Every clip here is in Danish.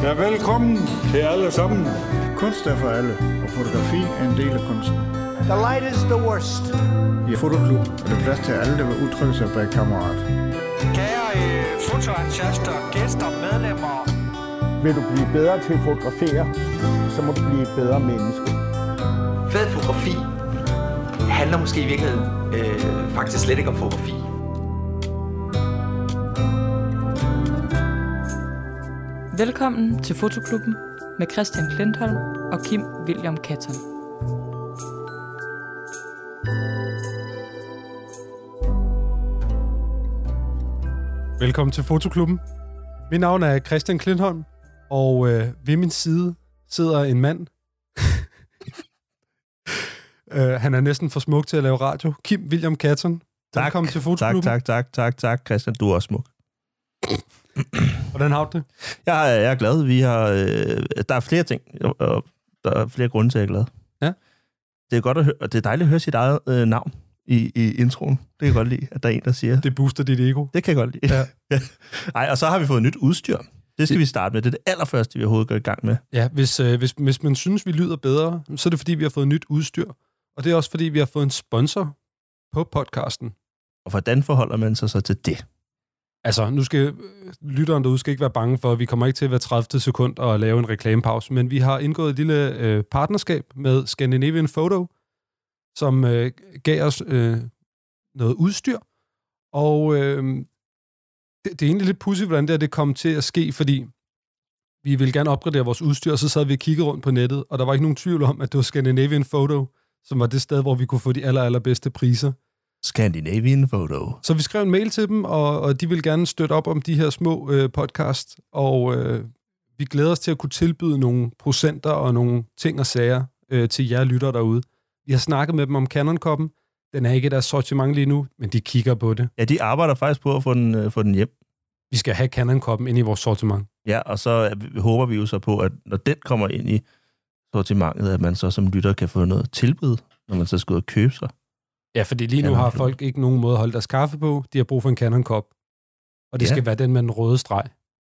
Ja, velkommen til alle sammen. Kunst er for alle, og fotografi er en del af kunsten. The light is the worst. I Fotoklub er der plads til alle, der vil udtrykke sig bag kameraet. Kære fotoentusiaster, gæster, medlemmer. Vil du blive bedre til at fotografere, så må du blive et bedre menneske. Fed fotografi handler måske i virkeligheden faktisk slet ikke om fotografi. Velkommen til Fotoklubben med Christian Klintholm og Kim William Katton. Velkommen til Fotoklubben. Mit navn er Christian Klintholm, og ved min side sidder en mand. Han er næsten for smuk til at lave radio. Kim William Katton. Velkommen til Fotoklubben. Tak, Christian. Du er også smuk. Hvordan har du det? Jeg er glad. Der er flere ting, og der er flere grunde til, at jeg er glad. Ja. Det er godt at høre, og det er dejligt at høre sit eget navn i introen. Det kan jeg godt lide, at der er en, der siger. Det booster dit ego. Det kan jeg godt lide. Ja. Ej, og så har vi fået nyt udstyr. Det skal vi starte med. Det er det allerførste, vi overhovedet går i gang med. Ja, hvis man synes, vi lyder bedre, så er det fordi, vi har fået nyt udstyr. Og det er også fordi, vi har fået en sponsor på podcasten. Og hvordan forholder man sig så til det? Altså, nu skal lytteren derude skal ikke være bange for, at vi kommer ikke til at være 30 sekund og lave en reklamepause, men vi har indgået et lille partnerskab med Scandinavian Photo, som gav os noget udstyr. Og det er egentlig lidt pudsigt, hvordan det kom til at ske, fordi vi ville gerne opgradere vores udstyr, og så sad vi og kiggede rundt på nettet, og der var ikke nogen tvivl om, at det var Scandinavian Photo, som var det sted, hvor vi kunne få de allerbedste priser. Scandinavian Photo. Så vi skrev en mail til dem, og de vil gerne støtte op om de her små podcast, og vi glæder os til at kunne tilbyde nogle procenter og nogle ting og sager til jer lyttere derude. Vi har snakket med dem om Canon-koppen. Den er ikke i deres sortiment lige nu, men de kigger på det. Ja, de arbejder faktisk på at få den hjem. Vi skal have Canon-koppen ind i vores sortiment. Ja, og så håber vi jo så på, at når den kommer ind i sortimentet, at man så som lytter kan få noget tilbud, når man så skal ud og købe sig. Ja, fordi lige nu har folk ikke nogen måde at holde deres kaffe på. De har brug for en Canon-kop. Og det skal være den med den røde streg.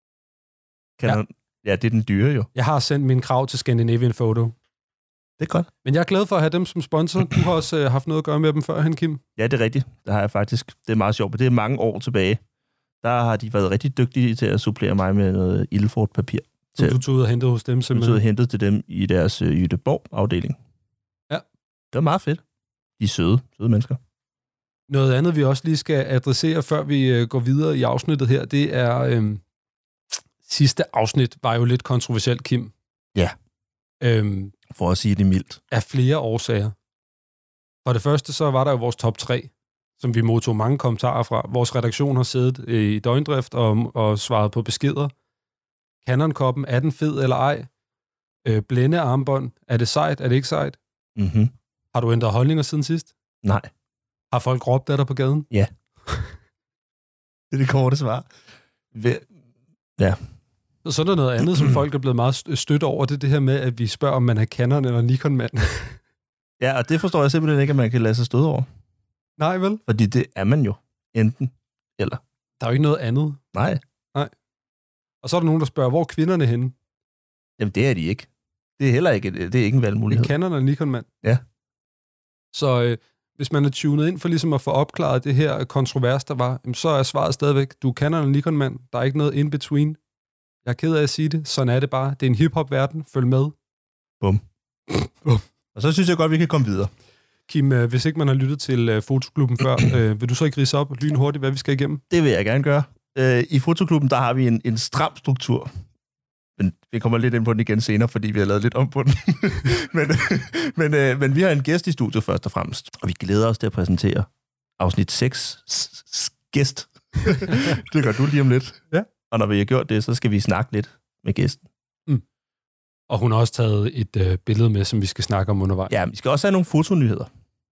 Canon, ja, det er den dyre jo. Jeg har sendt min krav til Scandinavian Photo. Det er godt. Men jeg er glad for at have dem som sponsor. Du har også haft noget at gøre med dem før, Kim. Ja, det er rigtigt. Det har jeg faktisk. Det er meget sjovt, men det er mange år tilbage. Der har de været rigtig dygtige til at supplere mig med noget Ilford-papir. Så du tog ud og hentede hos dem simpelthen? Du tog og hentede til dem i deres Jytteborg-afdeling. Ja. Det var meget fedt. De er søde mennesker. Noget andet, vi også lige skal adressere, før vi går videre i afsnittet her, det er... sidste afsnit var jo lidt kontroversielt, Kim. Ja. For at sige det mildt. Af flere årsager. For det første, så var der jo vores top 3, som vi modtog mange kommentarer fra. Vores redaktion har siddet i døgndrift og svaret på beskeder. Canon-koppen, er den fed eller ej? Blændearmbånd, er det sejt, er det ikke sejt? Mhm. Har du ændret holdninger siden sidst? Nej. Har folk råbt af dig på gaden? Ja. Det er det korte svar. Ja. Så er der noget andet, som folk er blevet meget stødt over, det her med, at vi spørger, om man er Canon eller Nikon-mand. Ja, og det forstår jeg simpelthen ikke, at man kan lade sig støde over. Nej, vel? Fordi det er man jo. Enten eller. Der er jo ikke noget andet. Nej. Og så er der nogen, der spørger, hvor er kvinderne henne? Jamen, det er de ikke. Det er heller ikke, det er ikke en valgmulighed. Det er Canon eller Nikon-mand. Ja. Så hvis man er tunet ind for ligesom at få opklaret det her kontrovers, der var, så er svaret stadigvæk, du er Canon eller Nikon-mand. Der er ikke noget in between. Jeg er ked af at sige det. Sådan er det bare. Det er en hip-hop-verden. Følg med. Bum. Og så synes jeg godt, vi kan komme videre. Kim, hvis ikke man har lyttet til Fotoklubben før, vil du så ikke ridse op lynhurtigt, hvad vi skal igennem? Det vil jeg gerne gøre. I Fotoklubben, der har vi en stram struktur. Men vi kommer lidt ind på den igen senere, fordi vi har lavet lidt om på den. men vi har en gæst i studiet først og fremmest. Og vi glæder os til at præsentere afsnit 6 gæst. Det gør du lige om lidt. Ja. Og når vi har gjort det, så skal vi snakke lidt med gæsten. Og hun har også taget et billede med, som vi skal snakke om undervejs. Ja, vi skal også have nogle fotonyheder.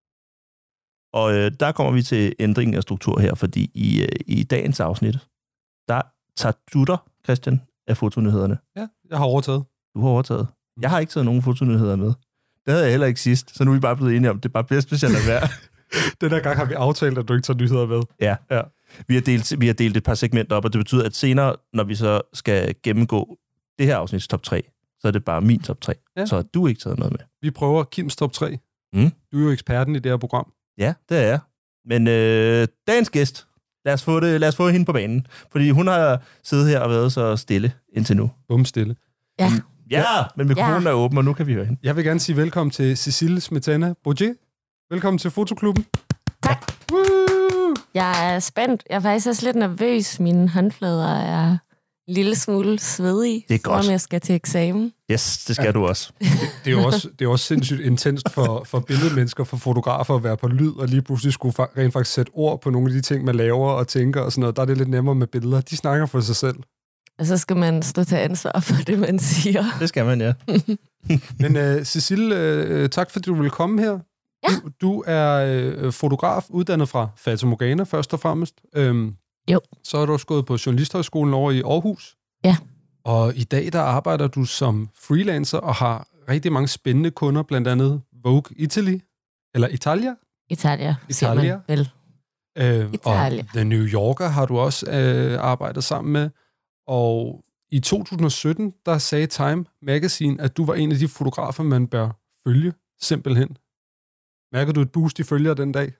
Og der kommer vi til ændringen af struktur her, fordi i dagens afsnit, der tager du dig, Christian, af fotonyhederne. Ja, jeg har overtaget. Du har overtaget. Jeg har ikke taget nogen fotonyheder med. Det havde jeg heller ikke sidst, så nu er vi bare blevet enige om, det er bare bedst, hvis jeg lader være. Den her gang har vi aftalt, at du ikke tager nyheder med. Ja. Vi har delt et par segmenter op, og det betyder, at senere, når vi så skal gennemgå det her afsnits top 3, så er det bare min top 3. Ja. Så har du ikke taget noget med. Vi prøver Kims top 3. Mm. Du er jo eksperten i det her program. Ja, det er jeg. Men dagens gæst, lad os få hende på banen. Fordi hun har siddet her og været så stille indtil nu. Bumstille. Ja. Ja, men mikrofonen er åben, og nu kan vi høre hende. Jeg vil gerne sige velkommen til Cécile Smetana Bourget. Velkommen til Fotoklubben. Tak. Woo! Jeg er spændt. Jeg er faktisk også lidt nervøs. Mine håndflader er en lille smule svedige. Det er godt. Som jeg skal til eksamen. Yes, det skal du også. Det er jo også sindssygt intenst for billedmennesker, for fotografer at være på lyd, og lige pludselig skulle rent faktisk sætte ord på nogle af de ting, man laver og tænker og sådan noget. Der er det lidt nemmere med billeder. De snakker for sig selv. Og så skal man stå til ansvar for det, man siger. Det skal man, ja. Men Cécile, tak fordi du vil komme her. Ja. Du er fotograf, uddannet fra Fata Morgana først og fremmest. Jo. Så er du også gået på Journalisthøjskolen over i Aarhus. Ja. Og i dag, der arbejder du som freelancer og har rigtig mange spændende kunder, blandt andet Vogue Italy, eller Italia? Italia, siger man vel. Og The New Yorker har du også arbejdet sammen med. Og i 2017, der sagde Time Magazine, at du var en af de fotografer, man bør følge, simpelthen. Mærker du et boost i følger den dag?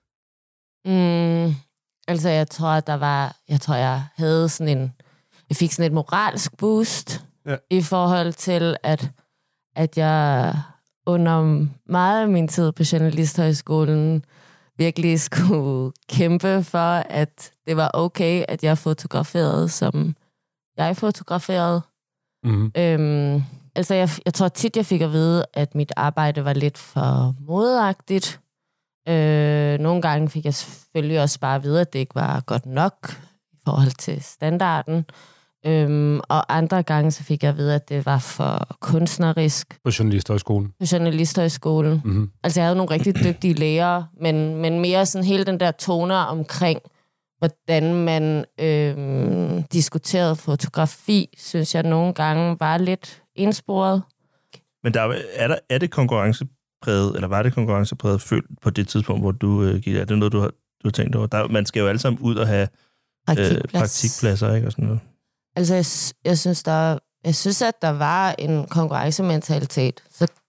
Altså, jeg havde sådan jeg fik sådan et moralsk boost i forhold til, at jeg under meget af min tid på Journalisthøjskolen virkelig skulle kæmpe for, at det var okay, at jeg fotograferede, som jeg fotograferede. Mm-hmm. Altså, jeg tror tit, jeg fik at vide, at mit arbejde var lidt for modeagtigt. Nogle gange fik jeg selvfølgelig også bare at vide, at det ikke var godt nok i forhold til standarden. Og andre gange så fik jeg at vide, at det var for kunstnerisk. På Journalisthøjskolen? På Journalisthøjskolen. Mm-hmm. Altså, jeg havde nogle rigtig dygtige lærere, men mere sådan hele den der toner omkring, hvordan man diskuterede fotografi, synes jeg nogle gange var lidt ensporet. Men er det konkurrencepræget, eller var det konkurrencepræget følt på det tidspunkt, hvor du gik der? Er det noget, du har tænkt over? Man skal jo alle sammen ud og have praktikpladser, ikke? Og sådan noget. Altså, jeg synes, at der var en konkurrencementalitet.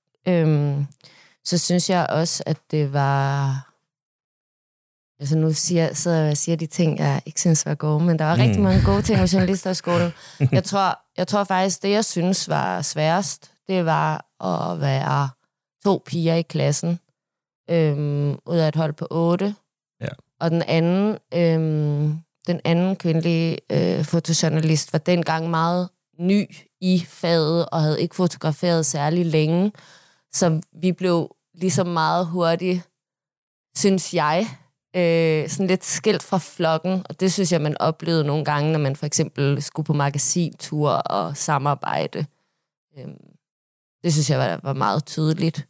Så synes jeg også, at det var... Altså nu sidder jeg og siger de ting, jeg ikke synes var gode, men der var rigtig mange gode ting med Journalisthøjskolen. Jeg tror faktisk, det jeg synes var sværest, det var at være 2 piger i klassen, ud af et hold på 8. Ja. Og den anden kvindelige fotojournalist var dengang meget ny i faget, og havde ikke fotograferet særlig længe. Så vi blev ligesom meget hurtigt, synes jeg, sådan lidt skilt fra flokken, og det synes jeg, man oplevede nogle gange, når man for eksempel skulle på magasintur og samarbejde. Det synes jeg var meget tydeligt.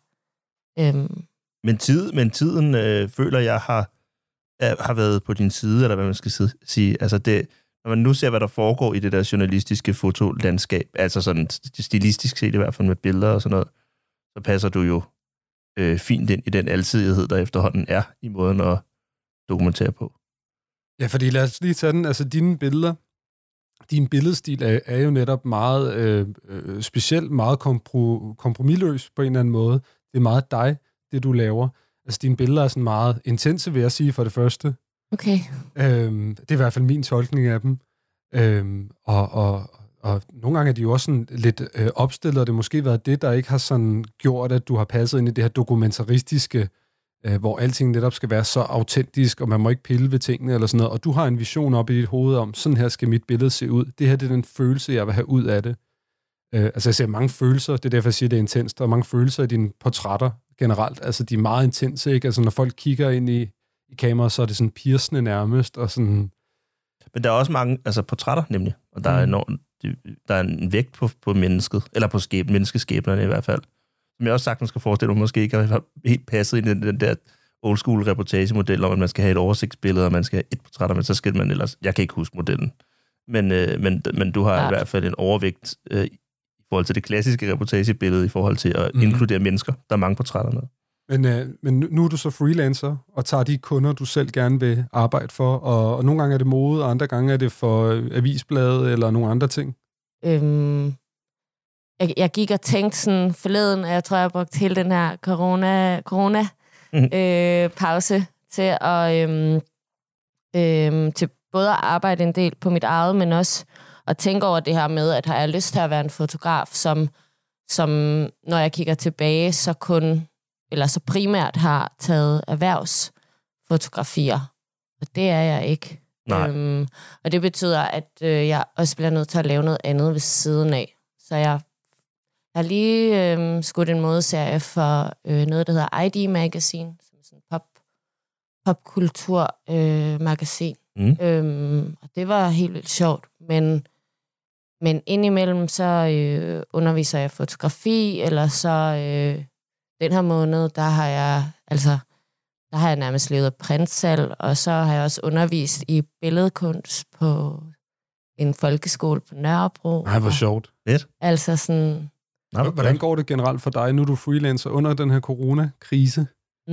Men tiden føler jeg har været på din side, eller hvad man skal sige. Altså det, når man nu ser, hvad der foregår i det der journalistiske fotolandskab, altså sådan stilistisk set i hvert fald med billeder og sådan noget, så passer du jo fint ind i den alsidighed, der efterhånden er i måden at dokumentere på. Ja, fordi lad os lige tage den. Altså dine billeder, din billedstil er jo netop meget specielt, meget kompromisløs på en eller anden måde. Det er meget dig, det du laver. Altså dine billeder er sådan meget intense, vil jeg sige, for det første. Okay. Det er i hvert fald min tolkning af dem. Og nogle gange er de jo også sådan lidt opstillet, og det har måske været det, der ikke har sådan gjort, at du har passet ind i det her dokumentaristiske, hvor alting netop skal være så autentisk, og man må ikke pille ved tingene eller sådan noget. Og du har en vision op i dit hoved om, sådan her skal mit billede se ud. Det her, det er den følelse, jeg vil have ud af det. Altså jeg ser mange følelser, det er derfor, jeg siger, det er intenst. Der er mange følelser i dine portrætter generelt. Altså de er meget intense, ikke? Altså når folk kigger ind i kameraet, så er det sådan piercende nærmest, og sådan... Men der er også mange portrætter, nemlig. Og der er der er en vægt på mennesket, eller på menneskeskæbnerne i hvert fald, som jeg også sagtens skal forestille mig, måske ikke har helt passet ind i den der old school reportagemodel, om at man skal have et oversigtsbillede, og man skal have et portræt, men så skal man ellers... Jeg kan ikke huske modellen. Men du har i hvert fald en overvægt i forhold til det klassiske reportagebillede, i forhold til at inkludere mennesker. Der er mange portrætter med. Men nu er du så freelancer, og tager de kunder, du selv gerne vil arbejde for, og nogle gange er det mode, og andre gange er det for avisblade eller nogle andre ting? jeg gik og tænkte sådan forleden, og jeg tror, jeg brugte hele den her corona-pause til at til både at arbejde en del på mit eget, men også at tænke over det her med, at har jeg lyst til at være en fotograf, som når jeg kigger tilbage, så primært har taget erhvervsfotografier. Og det er jeg ikke. Og det betyder, at jeg også bliver nødt til at lave noget andet ved siden af. Så jeg har lige skudt en modeserie for noget, der hedder ID Magazine, som er sådan en popkultur-magasin. Og det var helt vildt sjovt. Men indimellem så underviser jeg fotografi, eller så den her måned, der har jeg nærmest levet af printsalg, og så har jeg også undervist i billedkunst på en folkeskole på Nørrebro. Nej, hvor sjovt. Fedt. Altså sådan... Hvordan går det generelt for dig, nu er du freelancer under den her coronakrise?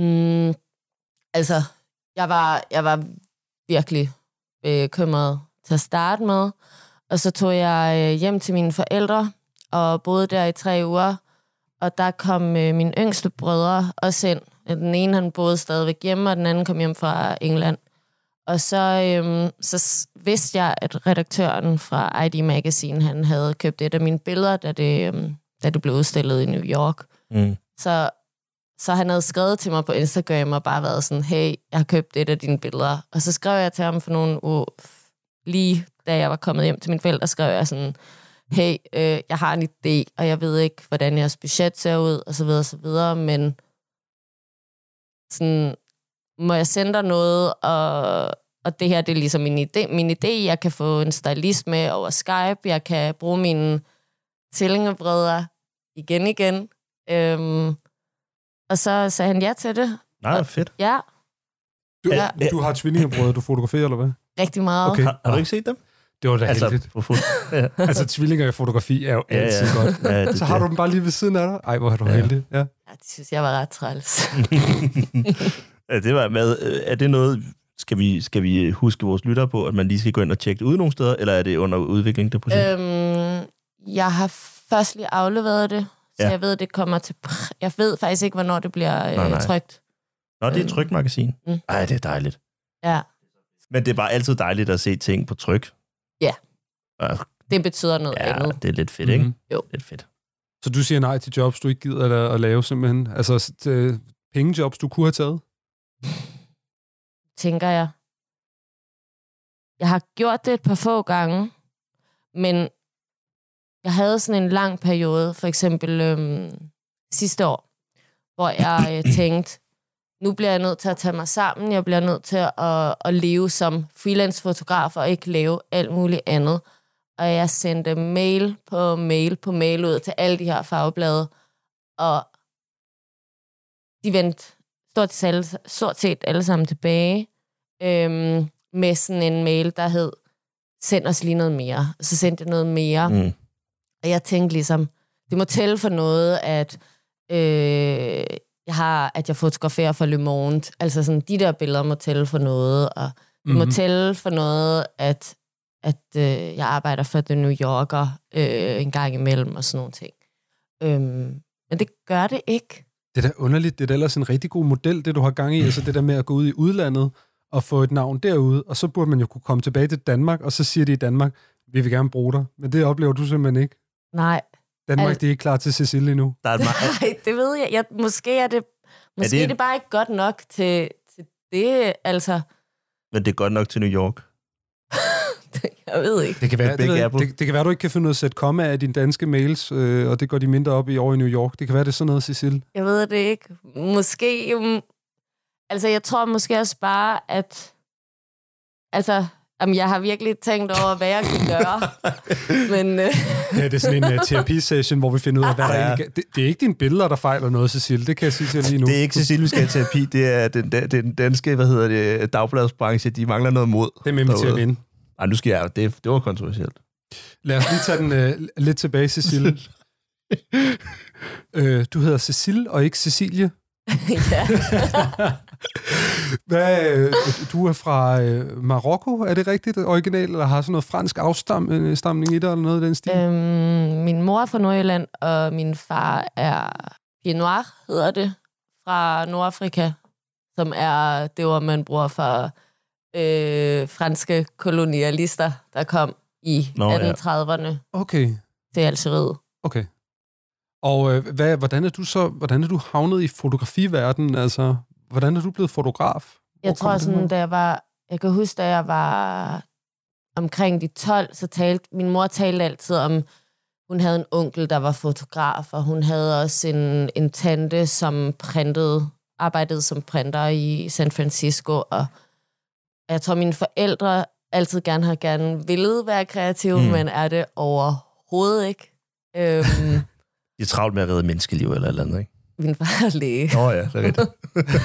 Jeg var virkelig bekymret til at starte med, og så tog jeg hjem til mine forældre og boede der i 3 uger, og der kom mine yngste brødre også ind. Den ene, han boede stadigvæk hjemme, og den anden kom hjem fra England. Og så vidste jeg, at redaktøren fra ID Magazine, han havde købt et af mine billeder, da det blev udstillet i New York. Så han havde skrevet til mig på Instagram og bare været sådan, hey, jeg har købt et af dine billeder. Og så skrev jeg til ham for nogle uger, lige da jeg var kommet hjem til mine forældre, skrev jeg sådan, hey, jeg har en idé, og jeg ved ikke, hvordan jeres budget ser ud, og så videre, men sådan, må jeg sende dig noget, og det her, det er ligesom min idé. Jeg kan få en stylist med over Skype, jeg kan bruge mine tvillingebrødre igen. Og så sagde han ja til det. Nej, fedt. Ja. Du har tvillingebrødre, du fotograferer, eller hvad? Rigtig meget. Okay. Har du ikke set dem? Det var da heldigt. Altså, tvillinger i fotografi er jo altid godt. Ja, så har du dem bare lige ved siden af dig. Ej, hvor er du heldig. Ja, det synes jeg var ret træls. Det var med. Er det noget, skal vi huske vores lyttere på, at man lige skal gå ind og tjekke det ud nogle steder, eller er det under udvikling, det projekt? Jeg har først lige afleveret det, så jeg ved, det kommer til... Jeg ved faktisk ikke, hvornår det bliver trykt. Nå, det er et trykt magasin. Ej, det er dejligt. Ja. Men det er bare altid dejligt at se ting på tryk. Ja. Det betyder noget andet. Ja, det er lidt fedt, ikke? Jo. Lidt fedt. Så du siger nej til jobs, du ikke gider at lave simpelthen? Altså pengejobs, du kunne have taget? Tænker jeg. Jeg har gjort det et par få gange, men jeg havde sådan en lang periode, for eksempel sidste år, hvor jeg tænkte, nu bliver jeg nødt til at tage mig sammen, jeg bliver nødt til at leve som freelance-fotograf og ikke lave alt muligt andet. Og jeg sendte mail på mail ud til alle de her fagblade, og de vendte stort set alle sammen tilbage med sådan en mail, der hed, send os lige noget mere. Og så sendte jeg noget mere. Og jeg tænkte ligesom, det må tælle for noget, at jeg fotograferer for Le Monde. Altså sådan, de der billeder må tælle for noget, og det må tælle for noget, at jeg arbejder for The New Yorker en gang imellem og sådan nogle ting. Men det gør det ikke. Det er da underligt. Det er da ellers en rigtig god model, det du har gang i. Altså det der med at gå ud i udlandet og få et navn derude, og så burde man jo kunne komme tilbage til Danmark, og så siger de i Danmark, vi vil gerne bruge dig. Men det oplever du simpelthen ikke. Nej. Danmark, det er ikke klar til Cecilie endnu. Nej, det ved jeg. Måske er det bare ikke godt nok til det, altså. Men det er godt nok til New York. Jeg ved ikke. Det kan være, du ikke kan finde ud af at sætte komma af dine danske mails, og det går de mindre op i over i New York. Det kan være, det er sådan noget, Cecilie. Jeg ved det ikke. Måske... Altså, jeg tror måske også bare, at... Altså... jeg har virkelig tænkt over, hvad jeg kan gøre. Men, Ja, det er sådan en terapisession, hvor vi finder ud af, hvad der egentlig... Det er ikke dine billeder, der fejler noget, Cecilie. Det kan jeg sige til lige nu. Det er ikke Cecilie, vi skal have terapi. Det er den danske, dagbladsbranche. De mangler noget mod. Det er med mig til at vinde. Ej, nu skal jeg... Det var kontroversielt. Lad os lige tage den lidt tilbage, Cecilie. Du hedder Cecile, og ikke Cecilie. Ja. Du er fra Marokko, er det rigtigt, original, eller har sådan noget fransk afstamning i det, eller noget i den stil? Min mor er fra Nordjylland, og min far er Pied Noir, hedder det, fra Nordafrika, som er det ord, man bruger for franske kolonialister, der kom i 1830'erne til Algeriet. Okay. Og hvordan er du havnet i fotografiverdenen? Altså, hvordan er du blevet fotograf? Jeg tror sådan, jeg kan huske, da jeg var omkring de 12, så talte min mor altid om, hun havde en onkel, der var fotograf, og hun havde også en tante, som arbejdede som printer i San Francisco, og jeg tror, mine forældre altid gerne ville være kreative, men er det overhovedet ikke. De er travlt med at redde menneskeliv eller andet, ikke? Min far er læge. Ja, det er rigtigt.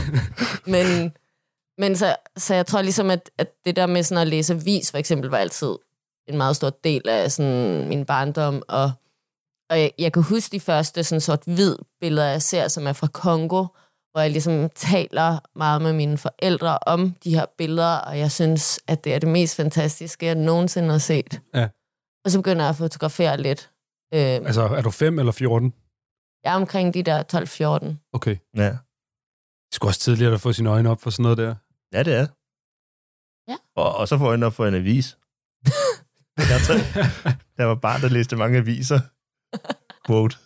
men så jeg tror ligesom, at det der med sådan at læse avis, for eksempel, var altid en meget stor del af sådan min barndom, og jeg kan huske de første sådan sort-hvid billeder, jeg ser, som er fra Kongo, hvor jeg ligesom taler meget med mine forældre om de her billeder, og jeg synes, at det er det mest fantastiske, jeg nogensinde har set. Ja. Og så begynder jeg at fotografere lidt. Altså, er du 5 eller 14? Jeg er omkring de der 12-14. Okay. Ja. Det skulle også tidligere at få sine øjne op for sådan noget der. Ja, det er. Ja. Og så få øjnene op for en avis. Der var barn, der læste mange aviser. Quote.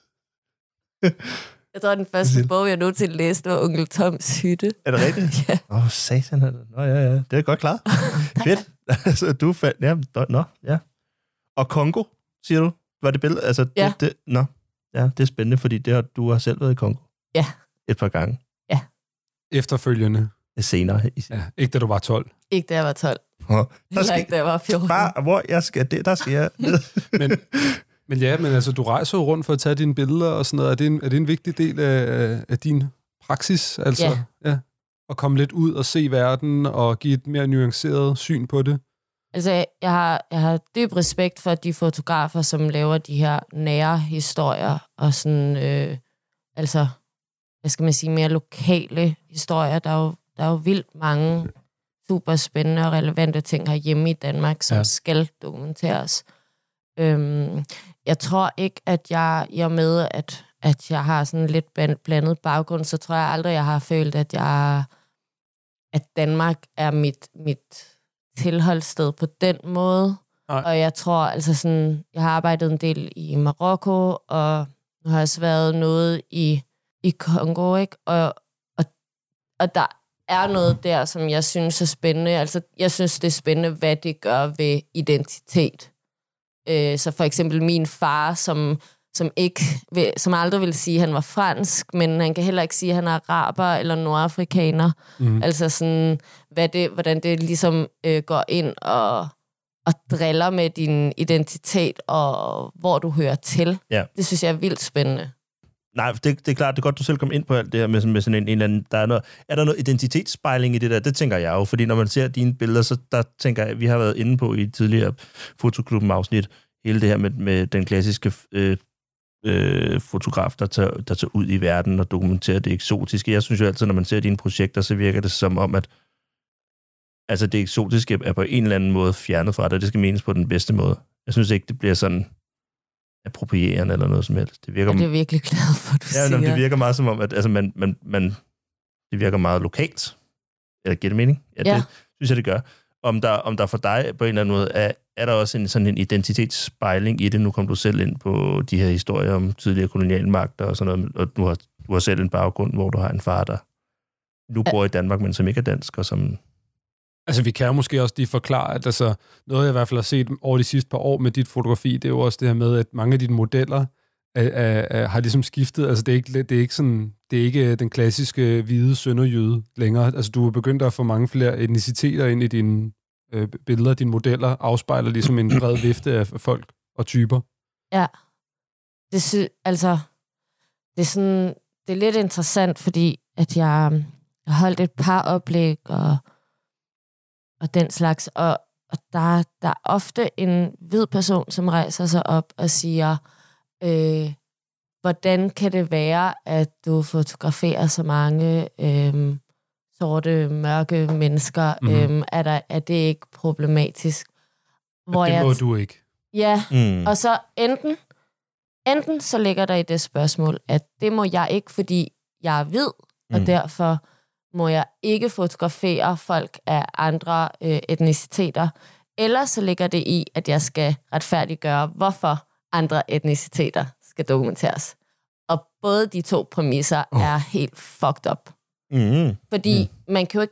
Jeg tror, den første bog, jeg nogensinde læste, var Onkel Toms Hytte. Er det rigtigt? Ja. Satan. Nå, ja. Det er godt klart. Fedt. Altså, du fandt... Ja. Og Kongo, siger du? Var det billede? Altså, ja. Ja, det er spændende, fordi du har selv været i Kongo. Ja. Et par gange. Ja. Efterfølgende. Senere. Ja, ikke da du var 12. Ikke da jeg var 12. Heller ikke da jeg var 14. Far, hvor jeg skal... Der skal jeg... Men altså, du rejser jo rundt for at tage dine billeder og sådan noget. Er det en vigtig del af din praksis? Altså, ja. At komme lidt ud og se verden og give et mere nuanceret syn på det? Altså, jeg har dyb respekt for de fotografer, som laver de her nære historier og sådan, altså, hvad skal man sige, mere lokale historier. Der er jo vildt mange super spændende og relevante ting herhjemme i Danmark, som skal dokumenteres. Jeg tror ikke, at jeg i og med, at jeg har sådan lidt blandet baggrund, så tror jeg aldrig, jeg har følt, at Danmark er mit tilholdssted på den måde. Nej. Og jeg tror, altså sådan, jeg har arbejdet en del i Marokko, og nu har jeg også været noget i Kongo, ikke? Og der er noget der, som jeg synes er spændende. Altså, jeg synes, det er spændende, hvad det gør ved identitet. Så for eksempel min far, som aldrig vil sige, at han var fransk, men han kan heller ikke sige, at han er araber eller nordafrikaner. Mm. Altså sådan, hvordan det ligesom går ind og driller med din identitet, og hvor du hører til. Ja. Det synes jeg er vildt spændende. Nej, det er klart, det er godt, du selv kom ind på alt det her med sådan en eller anden... Er der noget identitetsspejling i det der? Det tænker jeg jo, fordi når man ser dine billeder, så der tænker jeg, vi har været inde på i tidligere Fotoklubben-afsnit, hele det her med den klassiske fotograf, der tager ud i verden og dokumenterer det eksotiske. Jeg synes jo altid, når man ser dine projekter, så virker det som om, at altså det eksotiske er på en eller anden måde fjernet fra dig. Det skal menes på den bedste måde. Jeg synes ikke, det bliver sådan approprierende eller noget som helst. Det virker, det er virkelig glad for, du siger. Det virker meget som om, at altså det virker meget lokalt. Eller giver det mening? Ja, det synes jeg, det gør. Om der for dig på en eller anden måde er der også sådan en identitetsspejling i det. Nu kom du selv ind på de her historier om tidligere kolonialmagter og sådan noget, og du har selv en baggrund, hvor du har en far, der nu bor i Danmark, men som ikke er dansk, og som... Altså, vi kan jo måske også lige forklare, at altså, noget, jeg i hvert fald har set over de sidste par år med dit fotografi, det er jo også det her med, at mange af dine modeller har ligesom skiftet. Altså, det er ikke den klassiske hvide sønderjyde længere. Altså, du er begyndt at få mange flere etniciteter ind i dine billeder. Dine modeller afspejler ligesom en bred vifte af folk og typer. Ja. Det er lidt interessant, fordi at jeg har holdt et par oplæg og den slags, og der er ofte en hvid person, som rejser sig op og siger, hvordan kan det være, at du fotograferer så mange sorte, mørke mennesker, er det ikke problematisk. Hvor det må du ikke. Ja, og så enten så ligger der i det spørgsmål, at det må jeg ikke, fordi jeg er hvid, og derfor må jeg ikke fotografere folk af andre etniciteter, eller så ligger det i, at jeg skal retfærdiggøre, hvorfor andre etniciteter skal dokumenteres. Og både de to præmisser er helt fucked up. Fordi man kan jo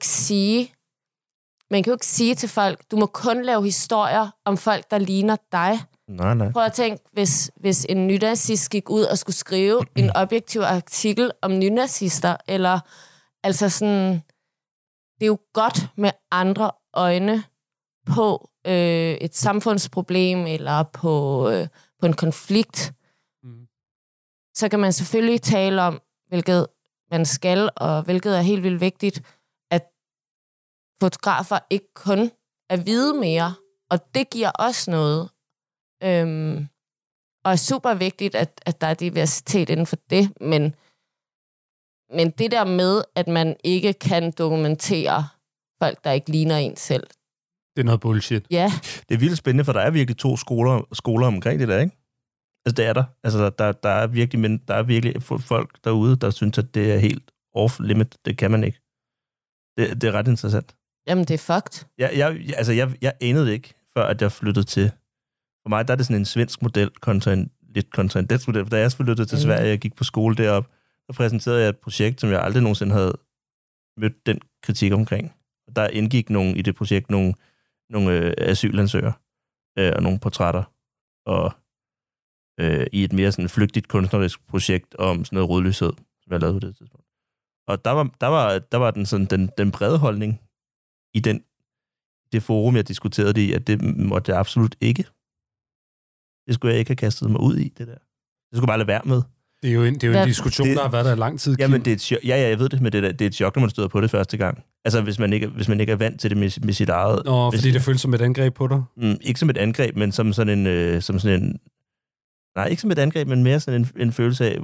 ikke sige til folk, du må kun lave historier om folk, der ligner dig. Nej. Prøv at tænke, hvis en nynazist gik ud og skulle skrive en objektiv artikel om nynazister, eller altså sådan, det er jo godt med andre øjne på et samfundsproblem, eller på en konflikt. Så kan man selvfølgelig tale om, hvilket man skal, og hvilket er helt vildt vigtigt, at fotografer ikke kun er hvide mere, og det giver også noget. Og er super vigtigt, at der er diversitet inden for det, men det der med, at man ikke kan dokumentere folk, der ikke ligner en selv. Det er noget bullshit. Ja. Det er vildt spændende, for der er virkelig 2 skoler omkring det der, ikke? Altså, det er der. Altså, der er virkelig folk derude, der synes, at det er helt off-limit. Det kan man ikke. Det er ret interessant. Jamen, det er fucked. Jeg anede ikke, før at jeg flyttede til. For mig, der er det sådan en svensk model kontra en dansk model. For da jeg flyttede til Sverige, jeg gik på skole deroppe, så præsenterede jeg et projekt, som jeg aldrig nogensinde havde mødt den kritik omkring. Der indgik i det projekt nogle asylansøgere og nogle portrætter, og i et mere sådan flygtigt kunstnerisk projekt om sådan noget rødløshed, som jeg lavede på det tidspunkt. Og der var den sådan den brede holdning i det forum, jeg diskuterede det i, at det måtte jeg absolut ikke. Det skulle jeg ikke have kastet mig ud i, det der. Det skulle bare lade være med. Det er jo en diskussion, der har været der i lang tid. Jamen, det er et chok. Ja, jeg ved det, men det er et chok, når man støder på det første gang. Altså, hvis man ikke er vant til det med sit eget... Fordi det føles som et angreb på dig? Ikke som et angreb, men som sådan en... Nej, ikke som et angreb, men mere sådan en følelse af...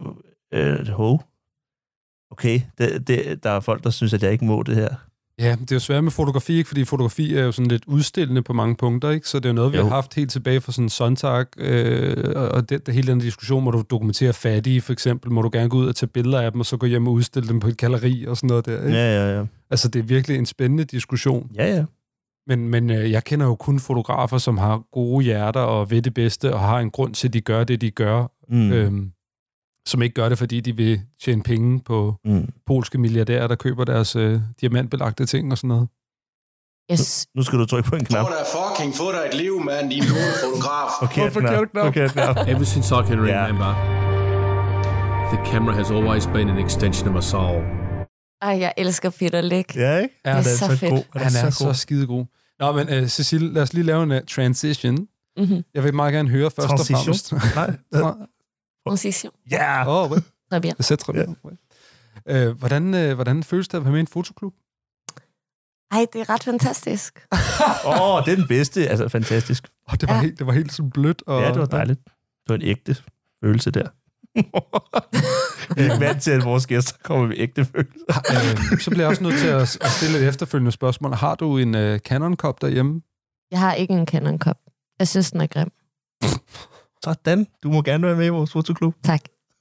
Okay, der er folk, der synes, at jeg ikke må det her. Ja, det er jo svært med fotografi, ikke? Fordi fotografi er jo sådan lidt udstillende på mange punkter, ikke? Så det er jo noget, vi har haft helt tilbage fra sådan Sontag, og det hele den diskussion, må du dokumentere fattige, for eksempel, må du gerne gå ud og tage billeder af dem, og så gå hjem og udstille dem på et galleri og sådan noget der, ikke? Ja. Altså, det er virkelig en spændende diskussion. Ja. Men jeg kender jo kun fotografer, som har gode hjerter og ved det bedste, og har en grund til, at de gør det, de gør. Som ikke gør det, fordi de vil tjene penge på polske milliardærer, der køber deres diamantbelagte ting og sådan noget. Yes. Nu skal du trykke på en knap. Få dig fucking, få dig et liv, mand, din fotograf. Okay, knap. Ever since I can remember, the camera has always been an extension of my soul. Ej, jeg elsker Peter Lik. Ja, ikke? Det er så fedt. God. Han er så skidegod. Nå, men Cecile, lad os lige lave en transition. Jeg vil meget gerne høre først og fremmest. Transition. Ja! Très bien. C'est très bien. Hvordan føles det at være med i en fotoklub? Ej, det er ret fantastisk. Det er den bedste. Altså, fantastisk. Det var helt sådan blødt. Og, ja, det var dejligt. Det var en ægte følelse der. Jeg er ikke vant til, at vores gæster kommer med ægte følelser. Så bliver jeg også nødt til at stille et efterfølgende spørgsmål. Har du en Canon-kop derhjemme? Jeg har ikke en Canon-kop. Jeg synes, den er grim. Sådan. Du må gerne være med i vores fotoklub. Tak.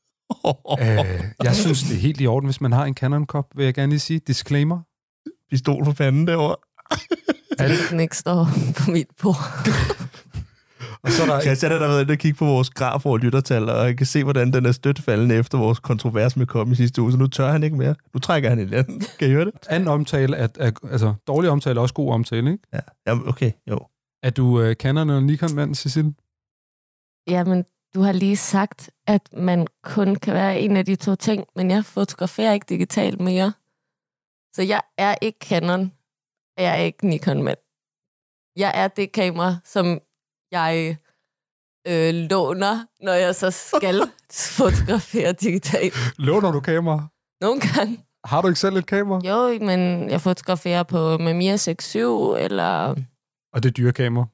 Jeg synes, det er helt i orden, hvis man har en Canon-kop, vil jeg gerne lige sige. Disclaimer. Pistol på panden derovre. Den ikke står på mit bord. Og så er der Christian har været inde og kigge på vores graf over lyttertal, og jeg kan se, hvordan den er stødt faldende efter vores kontrovers med kom i sidste uge, så nu tør han ikke mere. Nu trækker han i land. Kan I høre det? Anden omtale, altså dårlig omtale er også god omtale, ikke? Ja, okay, jo. Er du Canon eller Nikon-mand, Cecile? Jamen, du har lige sagt, at man kun kan være en af de to ting, men jeg fotograferer ikke digitalt mere. Så jeg er ikke Canon, og jeg er ikke Nikon-mand. Jeg er det kamera, som jeg låner, når jeg så skal fotografere digitalt. Låner du kamera? Nogle gange. Har du ikke selv et kamera? Jo, men jeg fotograferer på Mamiya 6.7, eller... Og det er dyre kamera?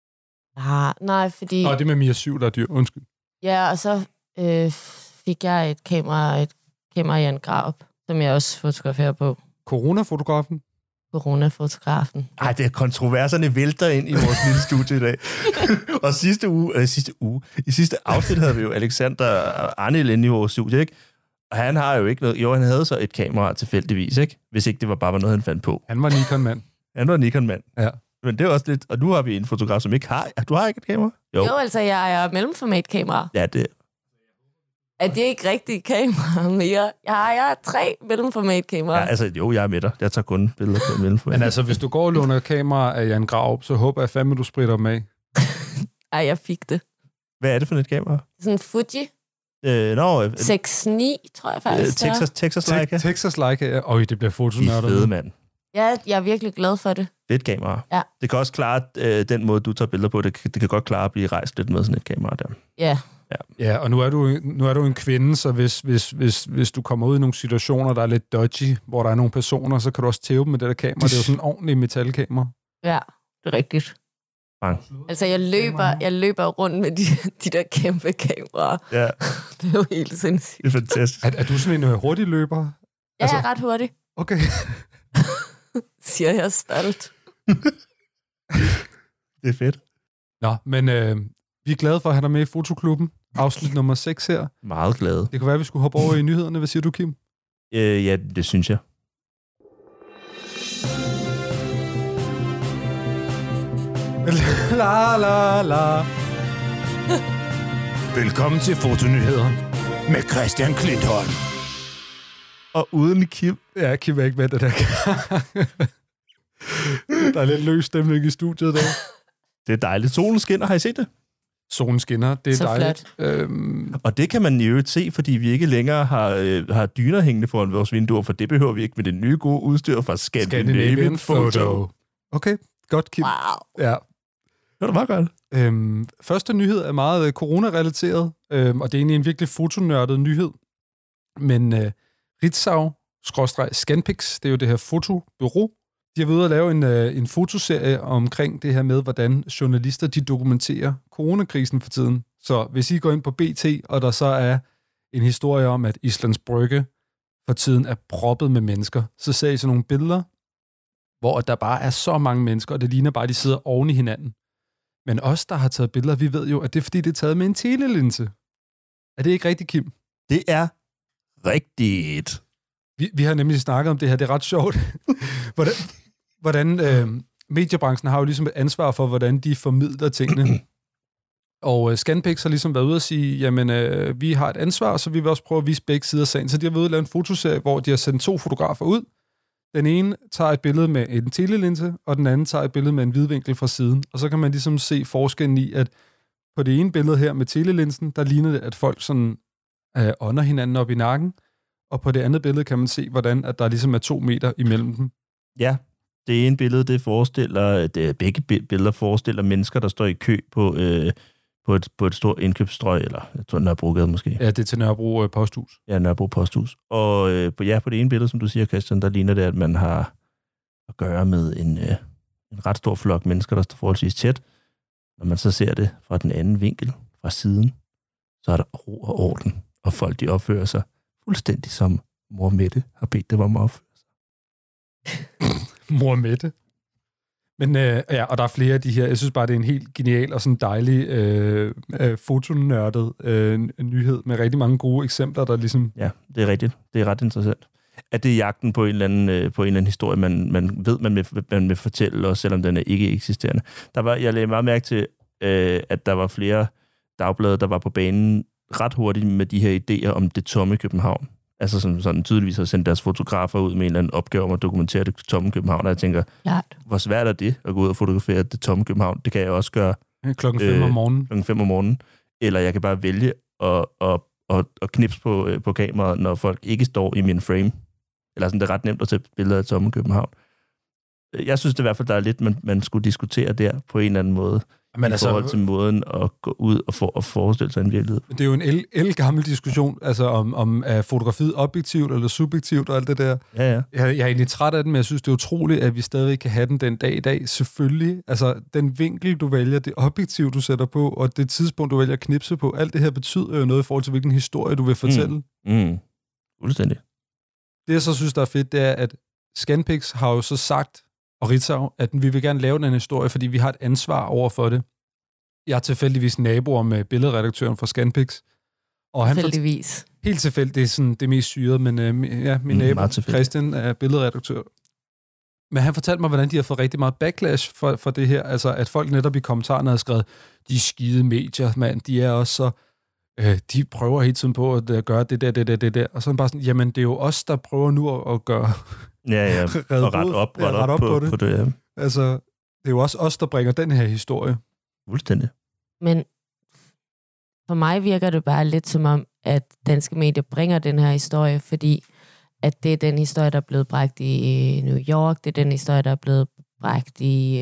Nej, fordi... det er Mamiya 7, der er dyr. Undskyld. Ja, og så fik jeg et kamera i en Graup, som jeg også fotograferer på. Coronafotografen? Coronafotografen. Ej, det er kontroverserne vælter ind i vores lille studie i dag. Og i sidste afsnit havde vi jo Alexander Arnel inde i vores studie, ikke? Og han har jo ikke noget... Jo, han havde så et kamera tilfældigvis, ikke? Hvis ikke det var bare noget, han fandt på. Han var Nikon-mand. Han var Nikon-mand. Ja. Men det er også lidt... Og nu har vi en fotograf, som ikke har... Du har ikke et kamera? Jo, altså, jeg er mellemformat-kamera. Ja, det... Er det ikke rigtigt kamera mere? Jeg har 3 mellemformat-kameraer. Ja, altså, jo, jeg er med dig. Jeg tager kun billeder på mellemformat. Men altså, hvis du går og låner kamera af Jan Grav, så håber jeg fandme, du spritter dem af. Ej, jeg fik det. Hvad er det for et kamera? Sådan en Fuji. 6.9, tror jeg faktisk. Texas Leica. Texas Leica, ja. Øj, det bliver fotonørdet. De fede, mand. Ja, jeg er virkelig glad for det. Fedt kamera. Ja. Det kan også klare den måde, du tager billeder på. Det kan godt klare at blive rejst lidt med sådan et kamera der. Ja. Ja, og nu er du en kvinde, så hvis du kommer ud i nogle situationer, der er lidt dodgy, hvor der er nogle personer, så kan du også tæve dem med det der kamera. Det er jo sådan en ordentlig metalkamera. Ja, det er rigtigt. Bang. Altså, jeg løber rundt med de der kæmpe kameraer. Ja. Det er jo helt sindssygt. Det er fantastisk. Er du sådan en hurtig løber? Jeg er ret hurtig. Okay. Siger jeg stolt. Det er fedt. Nå, men vi er glade for at have dig med i Fotoklubben. Afsnit nummer 6 her. Meget glade. Det kunne være, at vi skulle hoppe over i nyhederne. Hvad siger du, Kim? Ja, det synes jeg. La la la. Velkommen til Fotonyheder med Christian Klintholm. Og uden Kim. Ja, Kim er ikke med det der. Der er lidt løs stemning i studiet der. Det er dejligt. Solen skinner. Har I set det? Solen skinner. Det er så dejligt. Og det kan man i øvrigt se, fordi vi ikke længere har dyner hængende foran vores vinduer, for det behøver vi ikke med det nye gode udstyr fra Scandinavian Photo. Okay, godt, Kim. Wow. Ja. Det var meget godt. Første nyhed er meget corona-relateret, og det er egentlig en virkelig fotonørdet nyhed. Men Ritzau/Scanpix, det er jo det her fotobureau, de har været ude at lave en fotoserie omkring det her med, hvordan journalister de dokumenterer coronakrisen for tiden. Så hvis I går ind på BT, og der så er en historie om, at Islands Brygge for tiden er proppet med mennesker, så ser I sådan nogle billeder, hvor der bare er så mange mennesker, og det ligner bare, at de sidder oven i hinanden. Men os, der har taget billeder, vi ved jo, at det er fordi, det er taget med en telelinse. Er det ikke rigtigt, Kim? Det er rigtigt. Vi har nemlig snakket om det her, det er ret sjovt. hvordan mediebranchen har jo ligesom et ansvar for, hvordan de formidler tingene. Og Scanpix har ligesom været ude og sige, jamen, vi har et ansvar, så vi vil også prøve at vise begge sider af sagen. Så de har været ude at lave en fotoserie, hvor de har sendt 2 fotografer ud. Den ene tager et billede med en telelinse, og den anden tager et billede med en vidvinkel fra siden. Og så kan man ligesom se forskellen i, at på det ene billede her med telelinsen, der ligner det, at folk sådan ånder hinanden op i nakken. Og på det andet billede kan man se, hvordan at der ligesom er 2 meter imellem dem. Ja, det ene billede, begge billeder forestiller mennesker, der står i kø på et stort indkøbsstrøg, eller jeg tror Nørrebrogade måske. Ja, det er til Nørrebro Posthus. Ja, Nørrebro Posthus. Og på det ene billede, som du siger, Christian, der ligner det, at man har at gøre med en ret stor flok mennesker, der står forholdsvis tæt. Når man så ser det fra den anden vinkel, fra siden, så er der ro og orden, og folk de opfører sig fuldstændig som mor Mette har bedt dem om at opføre sig. Mor Mette. Men ja, og der er flere af de her. Jeg synes bare, det er en helt genial og sådan dejlig fotonørdet nyhed med rigtig mange gode eksempler, der ligesom... Ja, det er rigtigt. Det er ret interessant. At det er jagten på en eller anden historie, man ved, man vil fortælle, også selvom den er ikke eksisterende. Jeg lagde meget mærke til, at der var flere dagblade, der var på banen ret hurtigt med de her idéer om det tomme København. Altså som sådan tydeligvis har sendt deres fotografer ud med en eller anden opgave om at dokumentere det tomme København, og jeg tænker, hvor svært er det at gå ud og fotografere det tomme København? Det kan jeg også gøre klokken 5 om morgenen. Klokken 5 om morgenen. Eller jeg kan bare vælge at knipse på kameraet, når folk ikke står i min frame. Eller sådan, det er ret nemt at tage billeder af tomme København. Jeg synes det i hvert fald, der er lidt, man skulle diskutere der på en eller anden måde. Men i forhold til måden at gå ud og forestille sig en virkelighed. Det er jo en ældgammel diskussion, altså om er fotografiet objektivt eller subjektivt og alt det der. Ja. Jeg er egentlig træt af den, men jeg synes, det er utroligt, at vi stadig kan have den dag i dag. Selvfølgelig, altså den vinkel, du vælger, det objektiv, du sætter på, og det tidspunkt, du vælger at knipse på, alt det her betyder jo noget i forhold til, hvilken historie du vil fortælle. Fuldstændig. Det, jeg så synes, der er fedt, det er, at Scanpix har jo så sagt, og Ritzau, at vi vil gerne lave den historie, fordi vi har et ansvar over for det. Jeg er tilfældigvis naboer med billedredaktøren fra Scanpix. Og han tilfældigvis. Helt tilfældigt, det er sådan det mest syrede, men min nabo, Christian, er billedredaktør. Men han fortalte mig, hvordan de har fået rigtig meget backlash for det her. Altså, at folk netop i kommentarerne har skrevet, de skide medier, mand, de er også så... de prøver hele tiden på at gøre det der. Og så er bare sådan, jamen, det er jo os, der prøver nu at gøre... Ja, og ret op på det. Ja. Altså, det er jo også os, der bringer den her historie. Fuldstændig. Men for mig virker det bare lidt som om, at danske medier bringer den her historie, fordi at det er den historie, der er blevet bragt i New York, det er den historie, der er blevet bragt i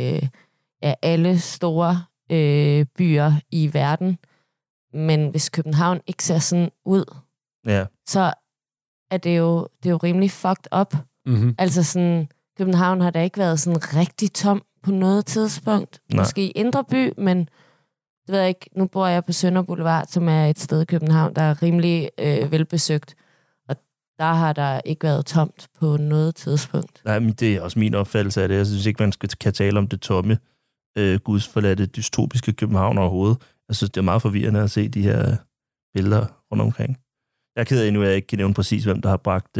alle store byer i verden. Men hvis København ikke ser sådan ud, så er det jo rimelig fucked up. Mm-hmm. Altså sådan, København har da ikke været sådan rigtig tom på noget tidspunkt. Nej. Måske i Indre By, men det ved jeg ikke. Nu bor jeg på Sønder Boulevard, som er et sted i København, der er rimelig velbesøgt. Og der har der ikke været tomt på noget tidspunkt. Nej, men det er også min opfattelse af det. Jeg synes ikke, man kan tale om det tomme, gudsforladte, dystopiske København overhovedet. Jeg synes, det er meget forvirrende at se de her billeder rundt omkring. Jeg er ked af endnu, at jeg ikke kan nævne præcis, hvem der har bragt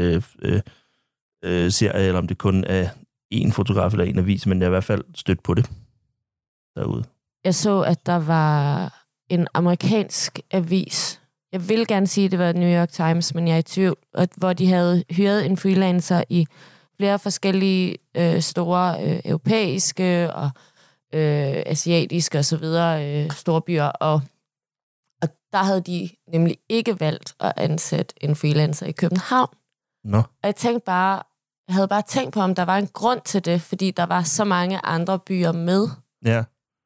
serie, eller om det kun er en fotograf eller en avis, men jeg er i hvert fald stødt på det derude. Jeg så, at der var en amerikansk avis. Jeg vil gerne sige, at det var New York Times, men jeg er i tvivl, hvor de havde hyret en freelancer i flere forskellige store europæiske og asiatiske og så videre store byer, og der havde de nemlig ikke valgt at ansætte en freelancer i København. Nå. Og jeg havde bare tænkt på, om der var en grund til det, fordi der var så mange andre byer med. Ja.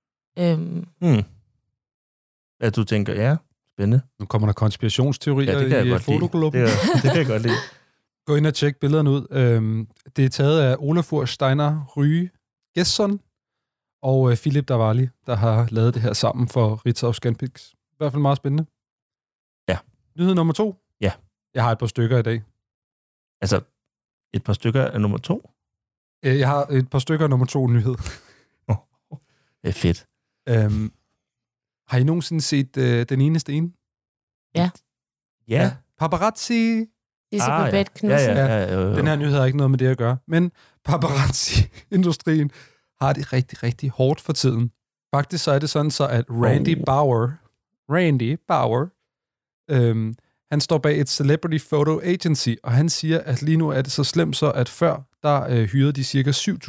Ja, du tænker, ja, spændende. Nu kommer der konspirationsteorier i Fotoklubben. Det kan jeg godt lide. Gå ind og tjek billederne ud. Det er taget af Olafur Steiner Ryge Gesson og Philip Davali, der har lavet det her sammen for Ritzau Scanpix. I hvert fald meget spændende. Ja. Nyhed nummer 2? Ja. Jeg har et par stykker i dag. Altså, et par stykker af nummer 2? Jeg har et par stykker af nummer 2 nyhed. Det er fedt. Har I nogensinde set Den eneste ene? Ja. Ja. Paparazzi. Disse Babette Knudsen. Ja. Den her nyhed har ikke noget med det at gøre. Men paparazzi-industrien har det rigtig, rigtig hårdt for tiden. Faktisk så er det sådan så, at Randy Bauer, han står bag et Celebrity Photo Agency, og han siger, at lige nu er det så slemt så, at før der hyrede de cirka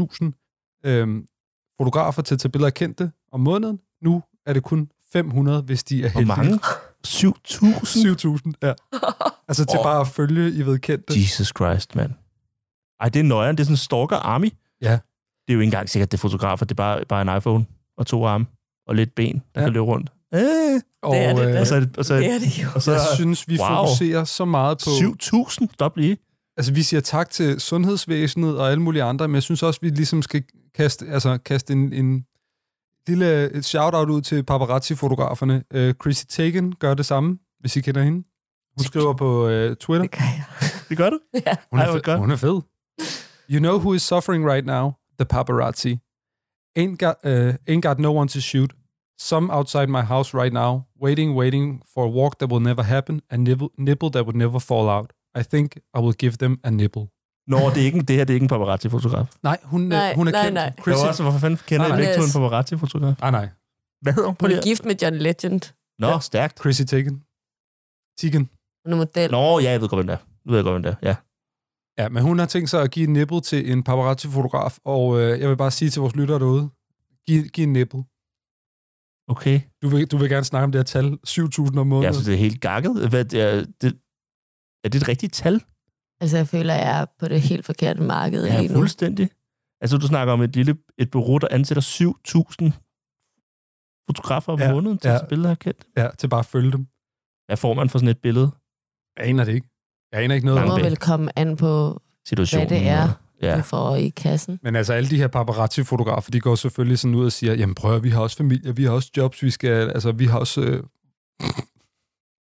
7.000 fotografer til at tage billeder af kendte om måneden. Nu er det kun 500, hvis de er heldige. Hvor mange? 7.000? 7.000, ja. Altså til bare at følge, I ved, kendte. Jesus Christ, mand. Ej, det er nøjeren. Det er sådan en stalker army. Ja. Det er jo ikke engang sikkert, det er fotografer. Det er bare en iPhone og 2 arme og lidt ben, der kan løbe rundt. Det er det. Og så er det jo. Og så, jeg synes, vi fokuserer så meget på... 7.000? Stop lige. Altså, vi siger tak til sundhedsvæsenet og alle mulige andre, men jeg synes også, vi ligesom skal kaste en lille shout-out ud til paparazzi-fotograferne. Chrissy Teigen gør det samme, hvis I kender hende. Hun skriver på Twitter. Det kan jeg. Det gør du? Ja. Hun er fed. You know who is suffering right now? The paparazzi. Ain't got no one to shoot. Some outside my house right now, waiting for a walk that will never happen, a nipple that would never fall out. I think I will give them a nipple. Nå, det her det er ikke en paparazzi-fotograf. Nej, hun er kendt. Nej. Hvorfor fanden kender jeg ikke en paparazzi-fotograf? Nej. Hvad hedder hun? Hun er gift med John Legend. Nå, stærkt. Chrissy Teigen. Hun er model. Nå, ja, jeg ved godt, hvem det er. Ja. Ja, men hun har tænkt sig at give en nipple til en paparazzi-fotograf, og jeg vil bare sige til vores lyttere derude, giv en nipple. Okay. Du vil gerne snakke om det her tal, 7.000 om måneden. Jeg synes, det er helt gakket. Er det et rigtigt tal? Altså, jeg føler, jeg er på det helt forkerte marked lige nu. Ja, fuldstændig. Altså, du snakker om et bureau, der ansætter 7.000 fotografer om måneden til at billeder af kendt. Ja, til bare at følge dem. Hvad får man for sådan et billede? Jeg aner det ikke. Jeg aner ikke noget. Det må vel komme an på situationen, hvad det er, du får i kassen. Men altså, alle de her paparazzi-fotografer, de går selvfølgelig sådan ud og siger, jamen prøv, vi har også familie, vi har også jobs, vi har også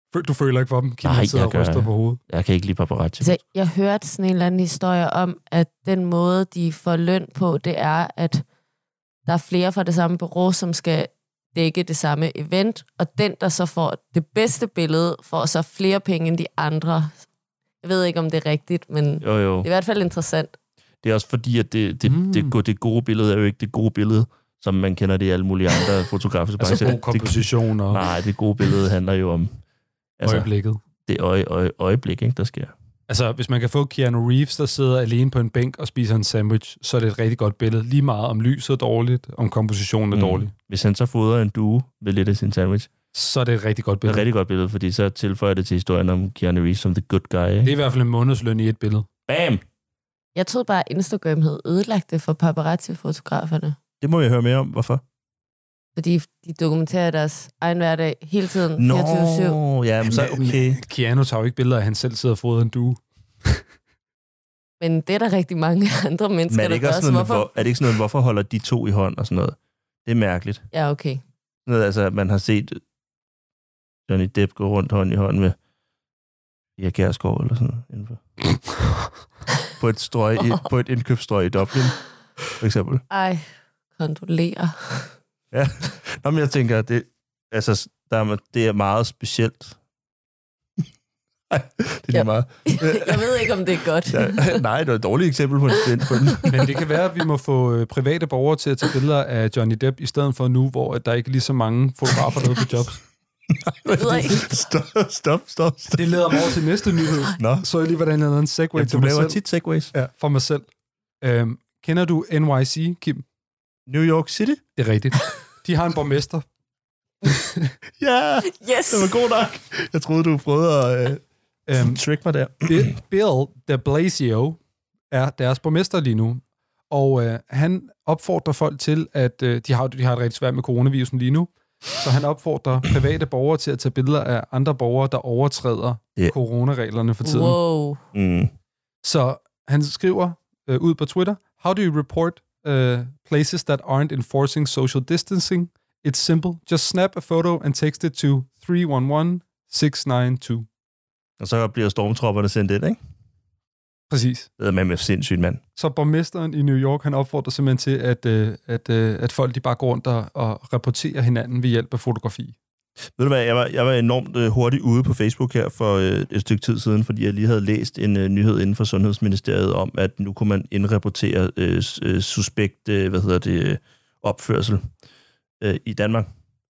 Du føler ikke for dem? Kim, Nej, sidder jeg og ryster gør. på hovedet. Jeg kan ikke lide paparazzi. Altså, jeg hørte sådan en eller anden historie om, at den måde, de får løn på, det er, at der er flere fra det samme bureau, som skal dække det samme event, og den, der så får det bedste billede, får så flere penge end de andre. Jeg ved ikke, om det er rigtigt, men Jo. det er i hvert fald interessant. Det er også fordi, at det gode billede er jo ikke det gode billede, som man kender det i alle mulige andre fotografiske brancher. Altså god komposition og... Nej, det gode billede handler jo om... øjeblikket. Det øjeblik, ikke, der sker. Altså, hvis man kan få Keanu Reeves, der sidder alene på en bænk og spiser en sandwich, så er det et rigtig godt billede. Lige meget om lyset er dårligt, om kompositionen er dårlig. Hvis han så fodrer en due med lidt af sin sandwich, så er det et rigtig godt billede. Det er et rigtig godt billede, fordi så tilføjer det til historien om Keanu Reeves som the good guy. Ikke? Det er i hvert fald en månedsløn i et billede. Bam! Jeg troede bare, at Instagram havde ødelagt det for paparazzi-fotograferne. Det må jeg høre mere om. Hvorfor? Fordi de dokumenterer deres egen hverdag hele tiden, 24/7. Ja, men så okay. Keanu tager jo ikke billeder af, at han selv sidder og fodrer en due. Men det er der rigtig mange andre mennesker, der gør. Er det ikke sådan noget, hvorfor holder de to i hånd og sådan noget? Det er mærkeligt. Ja, okay. Noget, altså, man har set Johnny Depp gå rundt hånd i hånd med Pia Kjærsgaard eller sådan noget. Indenfor. på et indkøbsstrøg i Dublin, for eksempel. Ej, kontrollere. Ja, nå, men jeg tænker, det er meget specielt. Nej, det er meget. Jeg ved ikke, om det er godt. Nej, det er et dårligt eksempel på en. Men det kan være, at vi må få private borgere til at tage billeder af Johnny Depp, i stedet for nu, hvor der ikke er lige så mange fotografer derude på jobs. Stop. Det leder mig over til næste nyhed. Nå. Så jeg lige, hvordan jeg lavede en segway til mig selv. Du laver tit segways. Ja, for mig selv. Kender du NYC, Kim? New York City? Det er rigtigt. De har en borgmester. Ja, yes. Det var god nok. Jeg troede, du prøvede at trick mig der. Bill de Blasio er deres borgmester lige nu, og han opfordrer folk til, at de har et rigtig svært med coronavirusen lige nu, så han opfordrer private borgere til at tage billeder af andre borgere, der overtræder coronareglerne for tiden. Wow. Så han skriver ud på Twitter, how do you report places that aren't enforcing social distancing? It's simple. Just snap a photo and text it to 311692. Og så bliver stormtropperne sendt ind, ikke? Præcis. Det er med sindssygt, mand. Så borgmesteren i New York, han opfordrer simpelthen til, at folk de bare går rundt og rapporterer hinanden ved hjælp af fotografi. Ved du hvad, jeg var enormt hurtigt ude på Facebook her for et stykke tid siden, fordi jeg lige havde læst en nyhed inden for Sundhedsministeriet om, at nu kunne man indrapportere suspekt, opførsel i Danmark.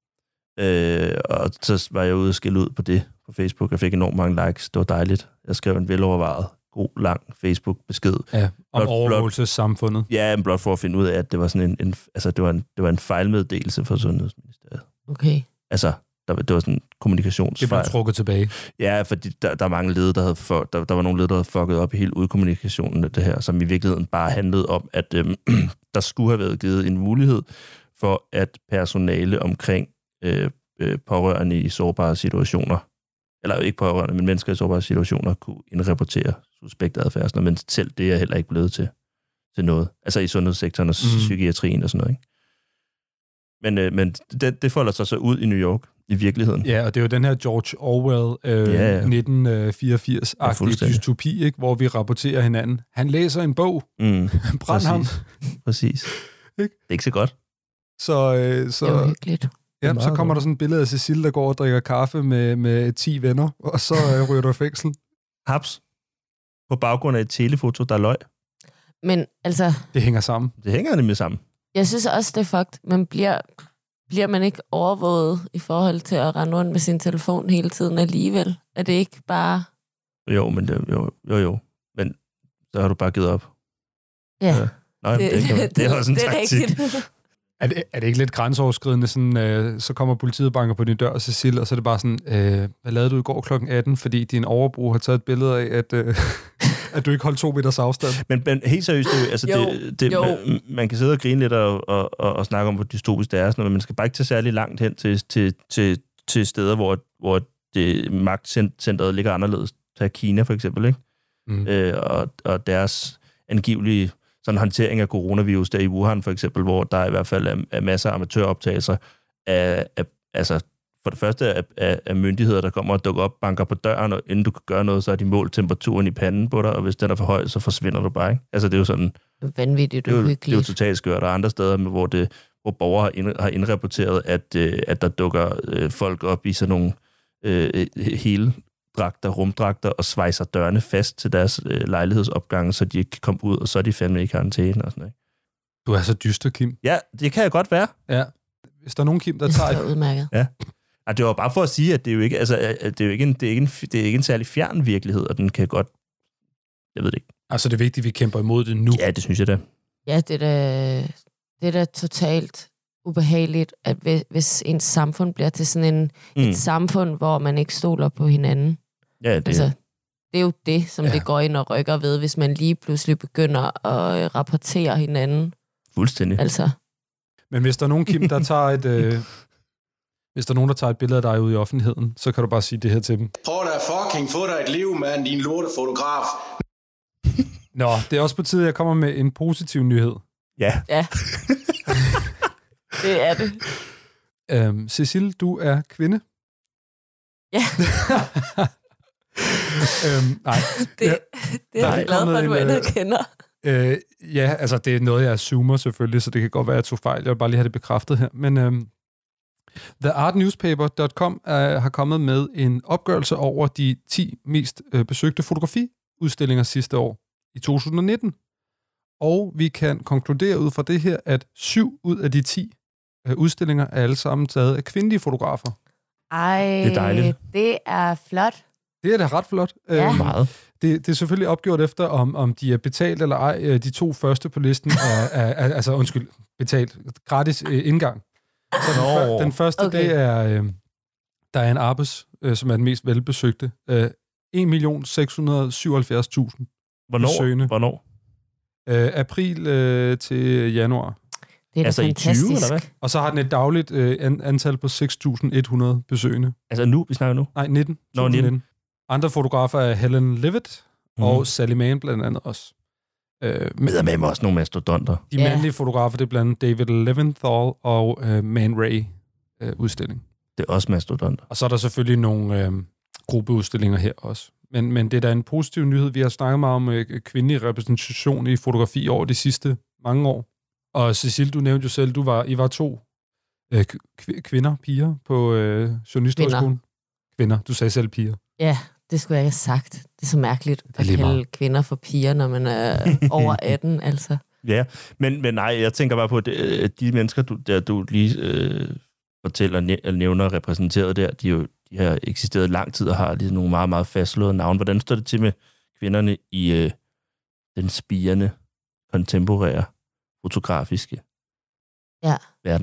Og så var jeg ude og skælde ud på det på Facebook. Jeg fik enormt mange likes. Det var dejligt. Jeg skrev en velovervejet, god, lang Facebook-besked. Ja, om overvågelsessamfundet. Ja, men blot for at finde ud af, at det var sådan det var en fejlmeddelelse for Sundhedsministeriet. Okay. Altså, det var sådan en kommunikationsfejl. Det blev trukket tilbage. Ja, fordi der er mange ledere, der var nogle ledere, der havde fucket op i hele udkommunikationen af det her, som i virkeligheden bare handlede om, at der skulle have været givet en mulighed for, at personale omkring pårørende i sårbare situationer, eller ikke pårørende, men mennesker i sårbare situationer, kunne indrapportere suspekt adfærd, men selv det er heller ikke blevet til noget. Altså i sundhedssektoren og psykiatrien og sådan noget, ikke? Men det folder sig så ud i New York, i virkeligheden. Ja, og det er jo den her George Orwell 1984-agtige dystopi, ikke? Hvor vi rapporterer hinanden. Han læser en bog. Brænd ham. Præcis. Ikke? Det er ikke så godt. Så det er hyggeligt. Ja, så kommer der sådan et billede af Cecile, der går og drikker kaffe med 10 venner, og så ryger du i fængsel. Haps. På baggrund af et telefoto, der er løg. Men altså... Det hænger sammen. Det hænger nemlig sammen. Jeg synes også, det er fucked. Man bliver man ikke overvåget i forhold til at rende rundt med sin telefon hele tiden alligevel? Er det ikke bare... Jo, men jo. Men så har du bare givet op. Ja. Nej, det er også en taktik. Er det ikke lidt grænseoverskridende, sådan, så kommer politiet og banker på din dør, Cecil, og så er det bare sådan, hvad lavede du i går klokken 18, fordi din overbrug har taget et billede af, at du ikke holdt 2 meters afstand. Men helt seriøst, man kan sidde og grine lidt og snakke om, hvor dystopisk det er, men man skal bare ikke tage særlig langt hen til steder, hvor det magtcentret ligger anderledes. Tag Kina for eksempel, ikke? Og deres angivelige sådan en håndtering af coronavirus der i Wuhan for eksempel, hvor der i hvert fald er masser af amatøroptagelser af altså for det første af myndigheder, der kommer og dukker op, banker på døren, og inden du kan gøre noget, så er de målt temperaturen i panden på dig, og hvis den er for høj, så forsvinder du bare, ikke? Altså, det er jo sådan... Vanvittigt uhyggeligt. Det er jo totalt skørt. Der er andre steder, hvor borgere har indrapporteret, at der dukker folk op i sådan nogle hele rumdragter, og svejser dørene fast til deres lejlighedsopgange, så de ikke kan komme ud, og så er de fandme i karantæne og sådan noget. Du er så dyster, Kim. Ja, det kan jeg godt være. Ja. Hvis der er nogen, Kim, der tager... Det er udmærket. Ja. Og det var bare for at sige, at det er jo ikke, altså, det er ikke en særlig fjern virkelighed, og den kan godt... Jeg ved det ikke. Altså, det er vigtigt, at vi kæmper imod det nu. Ja, det synes jeg da. Ja, det er da totalt ubehageligt, at hvis ens samfund bliver til sådan et samfund, hvor man ikke stoler på hinanden. Ja, det... Altså, det er jo det, som det går ind og rykker ved, hvis man lige pludselig begynder at rapportere hinanden. Fuldstændig. Altså. Men hvis der er nogen, Kim, der tager et... Hvis der er nogen, der tager et billede af dig ude i offentligheden, så kan du bare sige det her til dem. Prøv da fucking få dig et liv, mand, din lortefotograf. Nå, det er også på tide, at jeg kommer med en positiv nyhed. Ja. Ja. Det er det. Cecil, du er kvinde. Ja. Nej. Det er jeg glad for, at du anerkender. Ja, altså det er noget, jeg assumer selvfølgelig, så det kan godt være, at jeg tog fejl. Jeg vil bare lige have det bekræftet her. Men theartnewspaper.com har kommet med en opgørelse over de 10 mest besøgte fotografiudstillinger sidste år i 2019. Og vi kan konkludere ud fra det her, at 7 ud af de 10 udstillinger er alle sammen taget af kvindelige fotografer. Ej, det er dejligt. Det er flot. Det er da ret flot. Ja. Meget. Det er selvfølgelig opgjort efter, om de er betalt eller ej. De 2 første på listen er betalt. Gratis indgang. Så den første, okay. Det er, der er en Arbus, som er den mest velbesøgte. 1.677.000 besøgende. Hvornår? April til januar. Det er altså fantastisk. I 20, eller hvad? Og så har den et dagligt antal på 6.100 besøgende. Altså nu? Vi snakker nu? Nej, 19. 19. Andre fotografer er Helen Levitt og Sally Mann blandt andet også. Med også nogle mastodonter. De mandlige fotografer, det er blandt David Leventhal og Man Ray udstilling. Det er også mastodonter. Og så er der selvfølgelig nogle gruppeudstillinger her også. Men det er da en positiv nyhed. Vi har snakket meget om kvindelig repræsentation i fotografi over de sidste mange år. Og Cecil, du nævnte jo selv, I var 2 piger på journalisthøjskolen. Kvinder. Du sagde selv piger. Ja, det skulle jeg ikke have sagt. Det er så mærkeligt at kalde kvinder for piger, når man er over 18, altså. Ja, men nej, jeg tænker bare på, at de mennesker, du lige fortæller, nævner repræsenteret der, de har eksisteret lang tid og har lige nogle meget, meget fastslåede navne. Hvordan står det til med kvinderne i den spirende, kontemporære, fotografiske verden?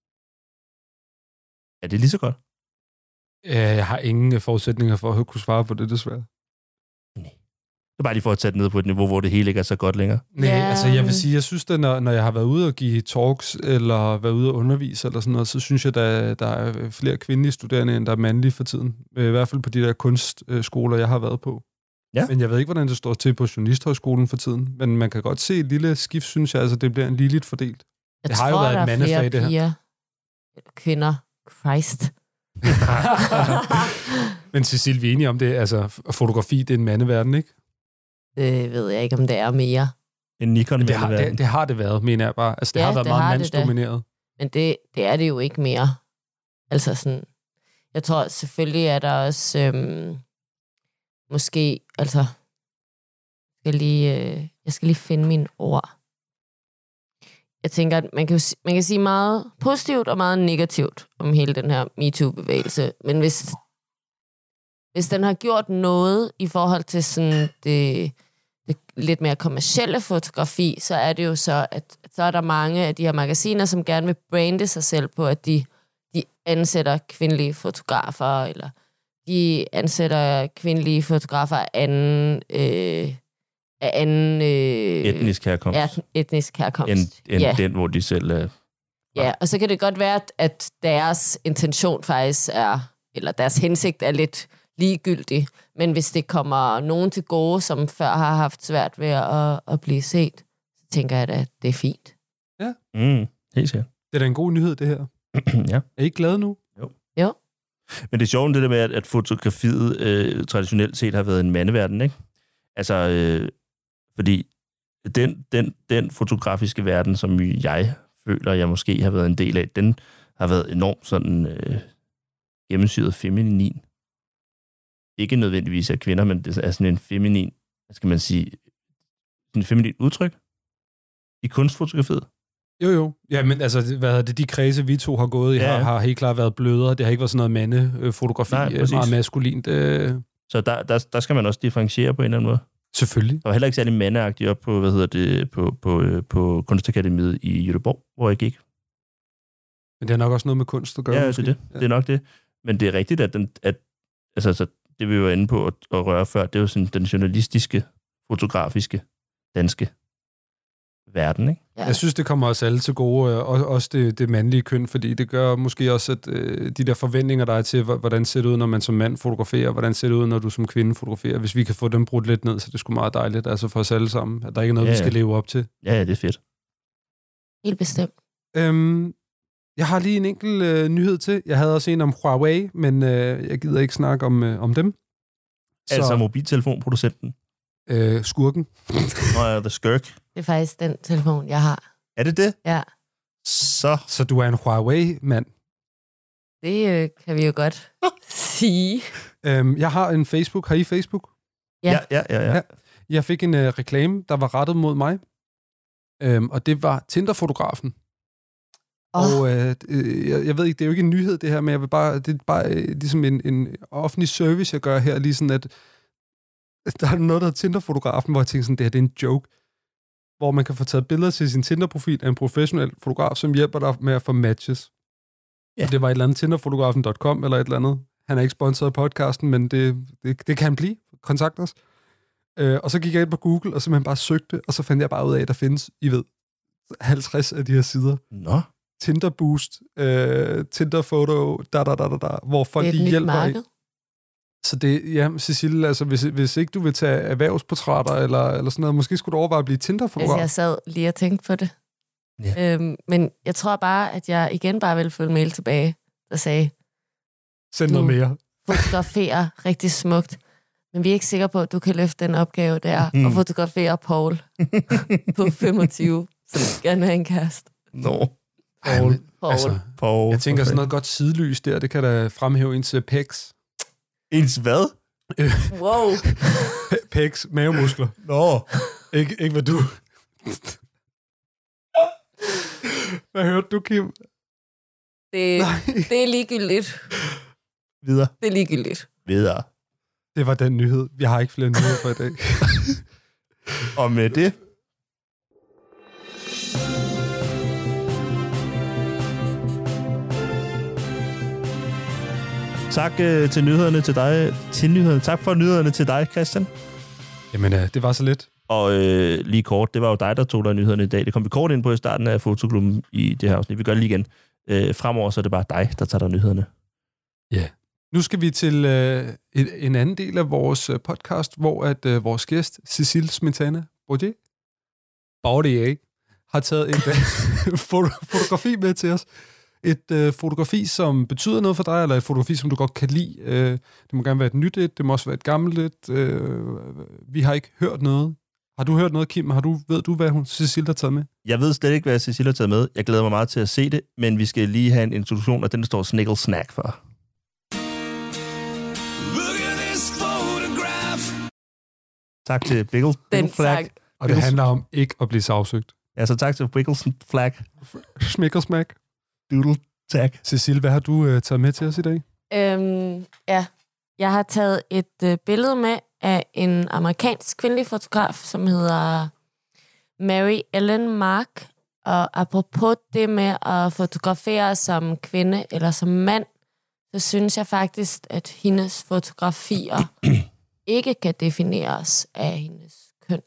Er det lige så godt? Jeg har ingen forudsætninger for at kunne svare på det, desværre. Nej. Det er bare lige for at tage det ned på et niveau, hvor det hele ikke er så godt længere. Nej, altså jeg vil sige, jeg synes, at når jeg har været ude og give talks, eller været ude og undervise, eller sådan noget, så synes jeg, at der er flere kvindelige studerende, end der er mandlige for tiden. I hvert fald på de der kunstskoler, jeg har været på. Ja. Men jeg ved ikke, hvordan det står til på journalisthøjskolen for tiden. Men man kan godt se et lille skift, synes jeg, altså det bliver en ligeligt fordelt. Det har jo været et mandefag, det her. Piger, kvinder, Christ. Men Cecil, vi er enige om det, altså fotografi, det er en mandeverden, ikke? Det ved jeg ikke, om det er mere. En Nikon det har det været, mener jeg bare. Altså det har været meget mandsdomineret. Men det er det jo ikke mere. Altså sådan, jeg tror selvfølgelig, at der også måske, altså jeg skal lige finde mine ord. Jeg tænker, at man kan sige meget positivt og meget negativt om hele den her MeToo-bevægelse. Men hvis den har gjort noget i forhold til sådan det lidt mere kommercielle fotografi, så er det jo så, at så er der mange af de her magasiner, som gerne vil brande sig selv på, at de ansætter kvindelige fotografer, eller de ansætter kvindelige fotografer af anden etnisk herkomst. Ja, etnisk herkomst. End den, hvor de selv er... Ja, og så kan det godt være, at deres intention faktisk er, eller deres hensigt er lidt ligegyldig, men hvis det kommer nogen til gode, som før har haft svært ved at blive set, så tænker jeg, at det er fint. Ja. Helt sikkert. Det er da en god nyhed, det her. Ja. Er I ikke glade nu? Jo. Men det er sjovt det der med, at fotografiet traditionelt set har været en mandeverden, ikke? Altså, fordi den fotografiske verden, som jeg føler, jeg måske har været en del af, den har været enormt sådan gennemsyret feminin. Ikke nødvendigvis af kvinder, men det er sådan en feminin, hvad skal man sige, en feminin udtryk i kunstfotografiet. Jo. Ja, men altså, hvad er det, de kredse, vi to har gået i, har helt klart været blødere. Det har ikke været sådan noget mandefotografi, meget maskulint. Så der skal man også differentiere på en eller anden måde. Selvfølgelig. Der var heller ikke særlig mandeagtigt op på, på Kunstakademiet i Göteborg, hvor jeg gik. Men det har nok også noget med kunst at gøre. Ja, det er nok det. Men det er rigtigt, at altså, det vi var inde på at røre før, det er jo sådan den journalistiske, fotografiske, danske verden, ikke? Ja. Jeg synes, det kommer os alle til gode, også det mandlige køn, fordi det gør måske også, at de der forventninger, der er til, hvordan ser det ud, når man som mand fotograferer, hvordan ser det ud, når du som kvinde fotograferer, hvis vi kan få dem brudt lidt ned, så det er sgu meget dejligt, altså for os alle sammen, at der ikke er noget, vi skal leve op til. Ja, det er fedt. Helt bestemt. Jeg har lige en enkelt nyhed til. Jeg havde også en om Huawei, men jeg gider ikke snakke om dem. Altså mobiltelefonproducenten? Skurken. The Skirk. Det er faktisk den telefon, jeg har. Er det det? Ja. Så du er en Huawei-mand? Det kan vi jo godt sige. Jeg har en Facebook. Har I Facebook? Ja. Jeg fik en reklame, der var rettet mod mig. Og det var Tinder-fotografen. Og jeg ved ikke, det er jo ikke en nyhed det her, men det er bare ligesom en offentlig service, jeg gør her, lige sådan at der er noget, der hedder Tinder-fotografen, hvor jeg tænker sådan, det her det er en joke, hvor man kan få taget billeder til sin Tinder-profil af en professionel fotograf, som hjælper dig med at få matches. Ja. Det var et eller andet tinderfotografen.com eller et eller andet. Han er ikke sponsoret af podcasten, men det kan han blive. Kontakt os. Og så gik jeg ind på Google, og simpelthen bare søgte, og så fandt jeg bare ud af, at der findes, 50 af de her sider. Nå. Tinder Boost, Tinder Photo, hvor folk de hjælper. Marked. Så det, Cecilie, altså hvis ikke du vil tage erhvervsportrætter eller sådan noget, måske skulle du overveje at blive Tinder-fotograf. Jeg sad lige og tænkte på det. Ja. Men jeg tror bare, at jeg igen bare ville få en mail tilbage, der sagde, send noget mere. Fotograferer rigtig smukt, men vi er ikke sikre på, at du kan løfte den opgave der, og fotografere Paul på 25, som gerne vil have en kæreste. Paul. Jeg tænker sådan noget godt sidelys der, det kan da fremhæve ens pecs. Ens hvad? Wow. Pecs, mavemuskler. Ikke hvad du... Hvad hørte du, Kim? Det er ligegyldigt. Videre. Det er ligegyldigt. Videre. Det var den nyhed. Jeg har ikke flere nyheder for i dag. Og med det... Tak til nyhederne til dig. Tak for nyhederne til dig, Christian. Jamen, det var så lidt. Og lige kort, det var jo dig, der tog dig nyhederne i dag. Det kom vi kort ind på i starten af Fotoklubben i det her afsnit. Vi gør det lige igen. Fremover så er det bare dig, der tager dig nyhederne. Ja. Nu skal vi til en anden del af vores podcast, hvor at vores gæst, Cécile Smetana Baudier, har taget et fotografi med til os. Et fotografi, som betyder noget for dig, eller et fotografi, som du godt kan lide. Det må gerne være et nyt et, det må også være et gammelt et. Vi har ikke hørt noget. Har du hørt noget, Kim? Ved du, hvad Cécile har taget med? Jeg ved slet ikke, hvad Cécile har taget med. Jeg glæder mig meget til at se det, men vi skal lige have en introduktion af den, der står Snickle Snack for. Tak til Biggle Flag. Og det handler om ikke at blive sagsøgt. Ja, så tak til Biggle Flag. Smickle Smack. Doodle tag. Cécile, hvad har du taget med til os i dag? Jeg har taget et billede med af en amerikansk kvindelig fotograf, som hedder Mary Ellen Mark. Og apropos det med at fotografere som kvinde eller som mand, så synes jeg faktisk, at hendes fotografier ikke kan defineres af hendes køn.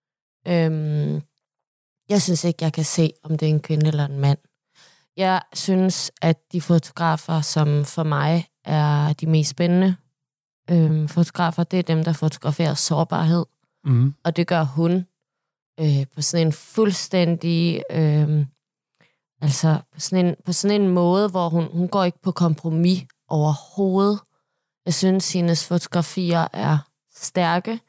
Jeg synes ikke, jeg kan se, om det er en kvinde eller en mand. Jeg synes, at de fotografer, som for mig er de mest spændende fotografer, det er dem, der fotograferer sårbarhed. Mm. Og det gør hun på sådan en fuldstændig... på sådan en måde, hvor hun går ikke på kompromis overhovedet. Jeg synes, hendes fotografier er stærke.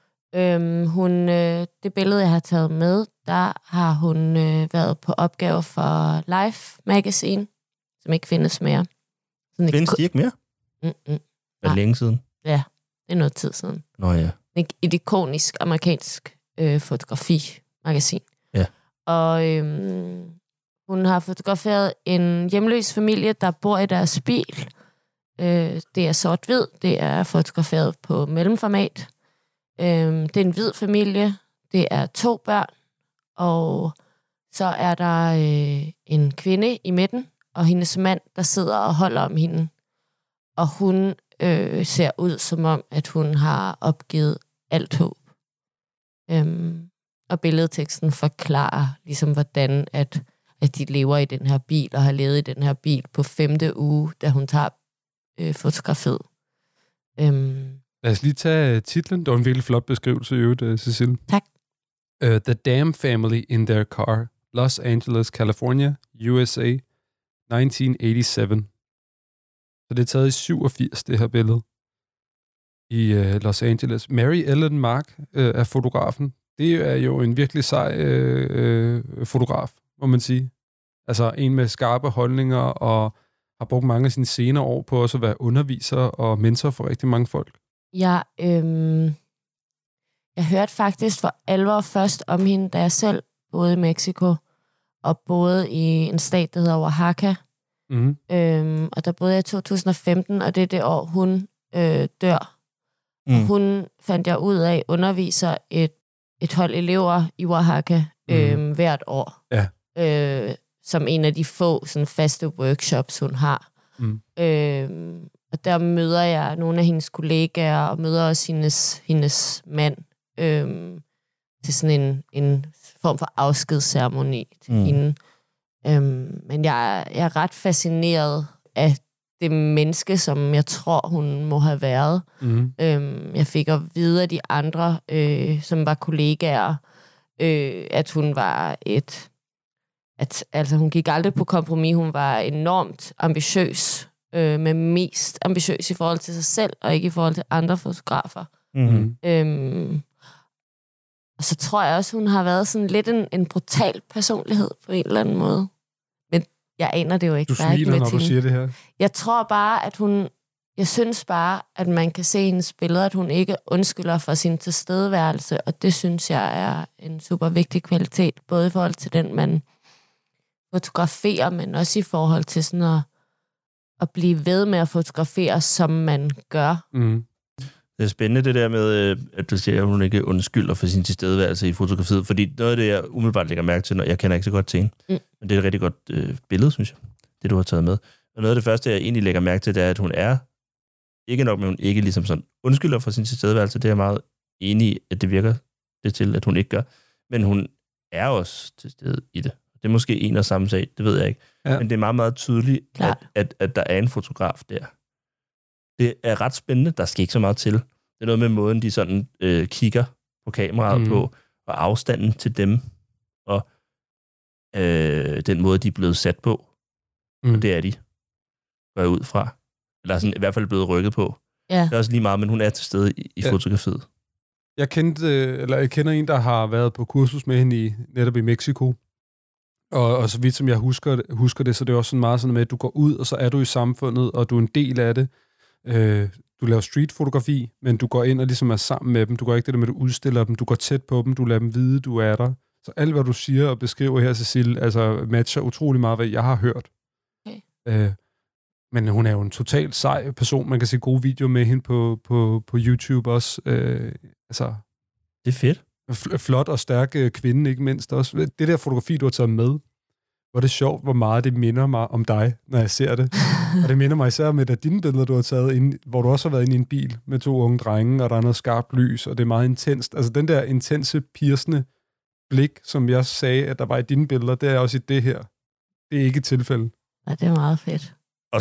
Det billede, jeg har taget med, der har hun været på opgave for Life Magazine, som ikke findes mere. Findes de ikke mere? Er det længe siden? Ja, det er noget tid siden. Nå ja. Et ikonisk amerikansk fotografimagasin. Ja. Og hun har fotograferet en hjemløs familie, der bor i deres bil. Det er sort-hvid. Det er fotograferet på mellemformat. Det er en hvid familie. Det er 2 børn. Og så er der en kvinde i midten, og hendes mand, der sidder og holder om hende. Og hun ser ud som om, at hun har opgivet alt håb. Og billedteksten forklarer ligesom, hvordan at de lever i den her bil, og har levet i den her bil på 5. uge, da hun tager fotografiet. Lad os lige tage titlen. Det var en virkelig flot beskrivelse i øvrigt, Cecile. Tak. The Damn Family in Their Car. Los Angeles, California, USA, 1987. Så det er taget i 87, det her billede. I Los Angeles. Mary Ellen Mark er fotografen. Det er jo en virkelig sej fotograf, må man sige. Altså en med skarpe holdninger, og har brugt mange af sine senere år på også at være underviser og mentor for rigtig mange folk. Jeg hørte faktisk for alvor først om hende, da jeg selv boede i Mexico, og boede i en stat, der hedder Oaxaca. Mm-hmm. Og der boede jeg i 2015, og det er det år, hun dør. Mm. Hun, fandt jeg ud af, underviser et hold elever i Oaxaca hvert år. Ja. Som en af de få sådan, faste workshops, hun har. Mm. Og der møder jeg nogle af hendes kollegaer, og møder også hendes mand til sådan en form for afskedsceremoni til hende. Men jeg er ret fascineret af det menneske, som jeg tror, hun må have været. Mm. Jeg fik at vide af de andre, som var kollegaer, at hun var altså hun gik aldrig på kompromis. Hun var enormt ambitiøs, men mest ambitiøs i forhold til sig selv, og ikke i forhold til andre fotografer. Mm. Og så tror jeg også, hun har været sådan lidt en brutal personlighed på en eller anden måde. Men jeg aner det jo ikke. Du smiler, når du siger det her. Jeg tror bare, at jeg synes bare, at man kan se i hendes billeder, at hun ikke undskylder for sin tilstedeværelse, og det synes jeg er en super vigtig kvalitet, både i forhold til den, man fotograferer, men også i forhold til sådan at blive ved med at fotografere, som man gør. Mm. Det er spændende det der med, at du siger, at hun ikke undskylder for sin tilstedeværelse i fotografiet, fordi noget af det, jeg umiddelbart lægger mærke til, når jeg kender ikke så godt til hende, men det er et rigtig godt billede, synes jeg, det du har taget med. Og noget af det første, jeg egentlig lægger mærke til, det er, at hun er ikke nok, men hun ikke ligesom sådan undskylder for sin tilstedeværelse. Det er jeg meget enig i, at det virker det til, at hun ikke gør. Men hun er også til stede i det. Det er måske en og samme sag, det ved jeg ikke. Ja. Men det er meget, meget tydeligt, at der er en fotograf der. Det er ret spændende. Der skal ikke så meget til. Det er noget med måden, de sådan kigger på kameraet på, og afstanden til dem, og den måde, de er blevet sat på. Og det er de, går jeg ud fra. Eller sådan, i hvert fald blevet rykket på. Ja. Det er også lige meget, men hun er til stede i fotografiet. Jeg kender en, der har været på kursus med hende netop i Mexico. Og så vidt som jeg husker det, så det er også sådan meget sådan med, at du går ud, og så er du i samfundet, og du er en del af det. Du laver streetfotografi, men du går ind og ligesom er sammen med dem. Du går ikke det der med, at du udstiller dem. Du går tæt på dem. Du lader dem vide, du er der. Så alt, hvad du siger og beskriver her, Cecile, altså matcher utrolig meget, hvad jeg har hørt. Okay. Men hun er jo en totalt sej person. Man kan se gode videoer med hende på YouTube også. Altså, det er fedt. Flot og stærk kvinde, ikke mindst også. Det der fotografi, du har taget med, hvor det er sjovt, hvor meget det minder mig om dig, når jeg ser det. Og det minder mig især med at dine billeder, du har taget, hvor du også har været inde i en bil med 2 unge drenge, og der er noget skarpt lys, og det er meget intenst. Altså den der intense, piercende blik, som jeg sagde, at der var i dine billeder, det er også i det her. Det er ikke et tilfælde. Ja, det er meget fedt. Og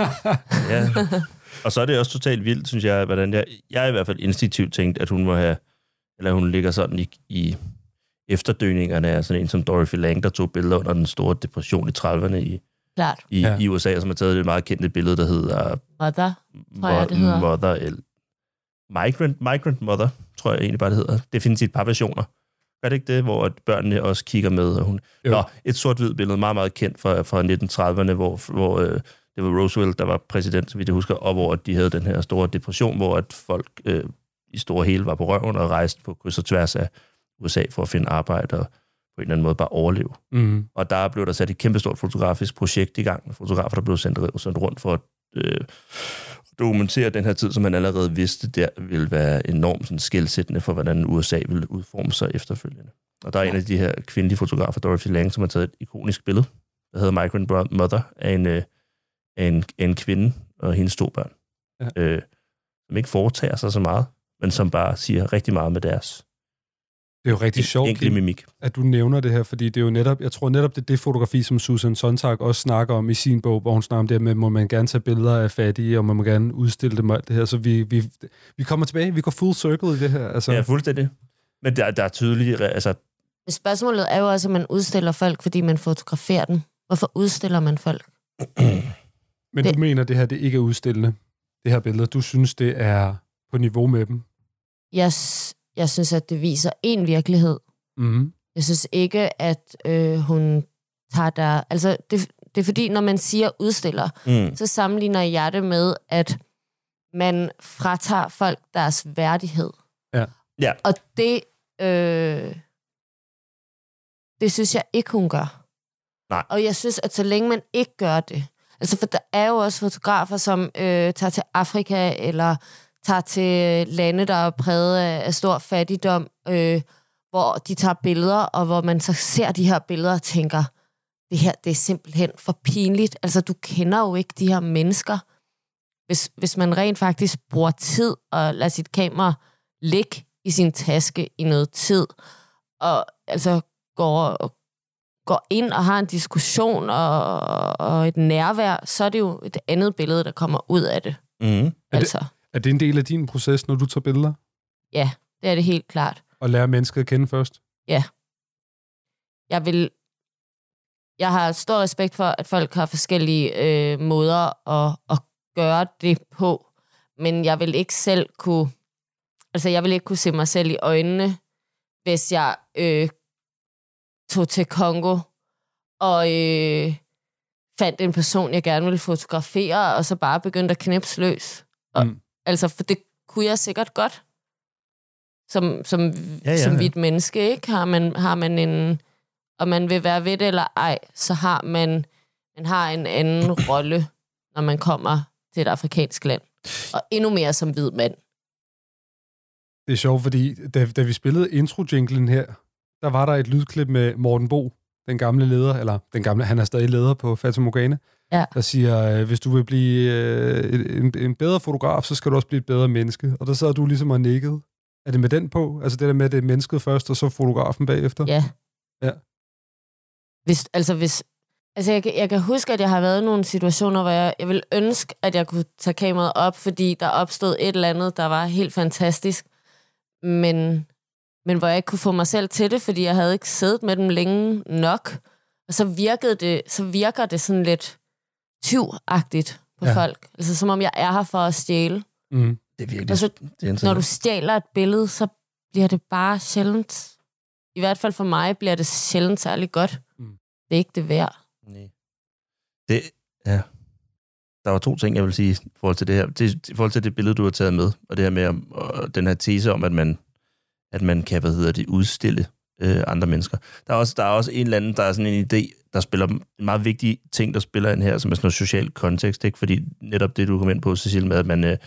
så er det også totalt vildt, synes jeg, hvordan jeg i hvert fald instinktivt tænkt, at hun må have, eller hun ligger sådan i efterdøgningerne af sådan en som Dorothy Lang, der tog billeder under den store depression i 30'erne Klart. I USA, og som har taget et meget kendte billede, der hedder... Mother, tror jeg, det hedder. Mother, Migrant Mother, tror jeg egentlig bare, det hedder. Det findes i et par versioner. Gør det ikke det, hvor børnene også kigger med? Og hun... et sort-hvid billede, meget, meget kendt fra 1930'erne, hvor det var Roosevelt, der var præsident, så vidt jeg husker, og hvor de havde den her store depression, hvor at folk i store hele var på røven og rejste på kryds og tværs af USA for at finde arbejde og på en eller anden måde bare overleve. Mm. Og der blev der sat et kæmpestort fotografisk projekt i gang med fotografer, der blev sendt rundt for at dokumentere den her tid, som man allerede vidste, der ville være enormt sådan, skelsættende for, hvordan USA ville udforme sig efterfølgende. Og der er en af de her kvindelige fotografer, Dorothy Lange, som har taget et ikonisk billede, der hedder Migrant Mother, af en kvinde og hendes 2 børn. Ja. Som ikke foretager sig så meget, men som bare siger rigtig meget med deres det er jo rigtig sjovt, mimik. At du nævner det her, fordi det er jo netop, jeg tror netop, det er det fotografi, som Susan Sontag også snakker om i sin bog, hvor hun snakker om det med, må man gerne tage billeder af fattige, og man må gerne udstille dem og alt det her. Så vi kommer tilbage, vi går full circle i det her. Altså. Ja, fuldstændig. Men der er tydeligt... Altså... Spørgsmålet er jo også, at man udstiller folk, fordi man fotograferer dem. Hvorfor udstiller man folk? Men du mener, det her det ikke er udstillende, det her billede. Du synes, det er på niveau med dem? Jeg synes, at det viser en virkelighed. Mm-hmm. Jeg synes ikke, at hun tager der... Altså, det er fordi, når man siger udstiller, så sammenligner jeg det med, at man fratager folk deres værdighed. Ja. Og det synes jeg ikke, hun gør. Nej. Og jeg synes, at så længe man ikke gør det... Altså, for der er jo også fotografer, som tager til Afrika, eller tager til lande, der er præget af stor fattigdom, hvor de tager billeder, og hvor man så ser de her billeder og tænker, det her, det er simpelthen for pinligt. Altså, du kender jo ikke de her mennesker. Hvis man rent faktisk bruger tid og lader sit kamera ligge i sin taske i noget tid, og altså går ind og har en diskussion og et nærvær, så er det jo et andet billede, der kommer ud af det. Mm. Er det en del af din proces, når du tager billeder? Ja, det er det helt klart. Og lære mennesket at kende først? Ja. Jeg har stor respekt for, at folk har forskellige måder at gøre det på, men jeg vil ikke selv kunne... Altså, jeg vil ikke kunne se mig selv i øjnene, hvis jeg tog til Congo og fandt en person, jeg gerne ville fotografere, og så bare begyndte at knipse løs. Og, altså, for det kunne jeg sikkert godt. Som hvidt menneske, ikke? Har man en... Og man vil være ved det eller ej, så har man har en anden rolle, når man kommer til et afrikansk land. Og endnu mere som hvid mand. Det er sjovt, fordi da vi spillede intro-jinglen her, der var der et lydklip med Morten Bo, den gamle leder, eller han er stadig leder på Fata Morgana, der siger, hvis du vil blive en bedre fotograf, så skal du også blive et bedre menneske. Og der sad du ligesom og nikkede. Er det med den på? Altså det der med, at det er mennesket først, og så fotografen bagefter? Ja. Ja. Jeg kan huske, at jeg har været i nogle situationer, hvor jeg ville ønske, at jeg kunne tage kameraet op, fordi der opstod et eller andet, der var helt fantastisk. Men hvor jeg ikke kunne få mig selv til det, fordi jeg havde ikke siddet med dem længe nok. Og så virker det sådan lidt tyvagtigt på folk. Altså som om jeg er her for at stjæle. Mm. Det er virkelig... Altså, når du stjæler et billede, så bliver det bare sjældent. I hvert fald for mig bliver det sjældent særlig godt. Det er ikke det værd. Nej. Der var 2 ting, jeg vil sige i forhold til det her. I forhold til det billede, du har taget med, og det her med den her tese om, at man kan, udstille andre mennesker. Der er også en eller anden, der er sådan en idé, der spiller en meget vigtig ting, der spiller ind her, som er sådan noget social kontekst, ikke? Fordi netop det, du kom ind på, Cecil, med, at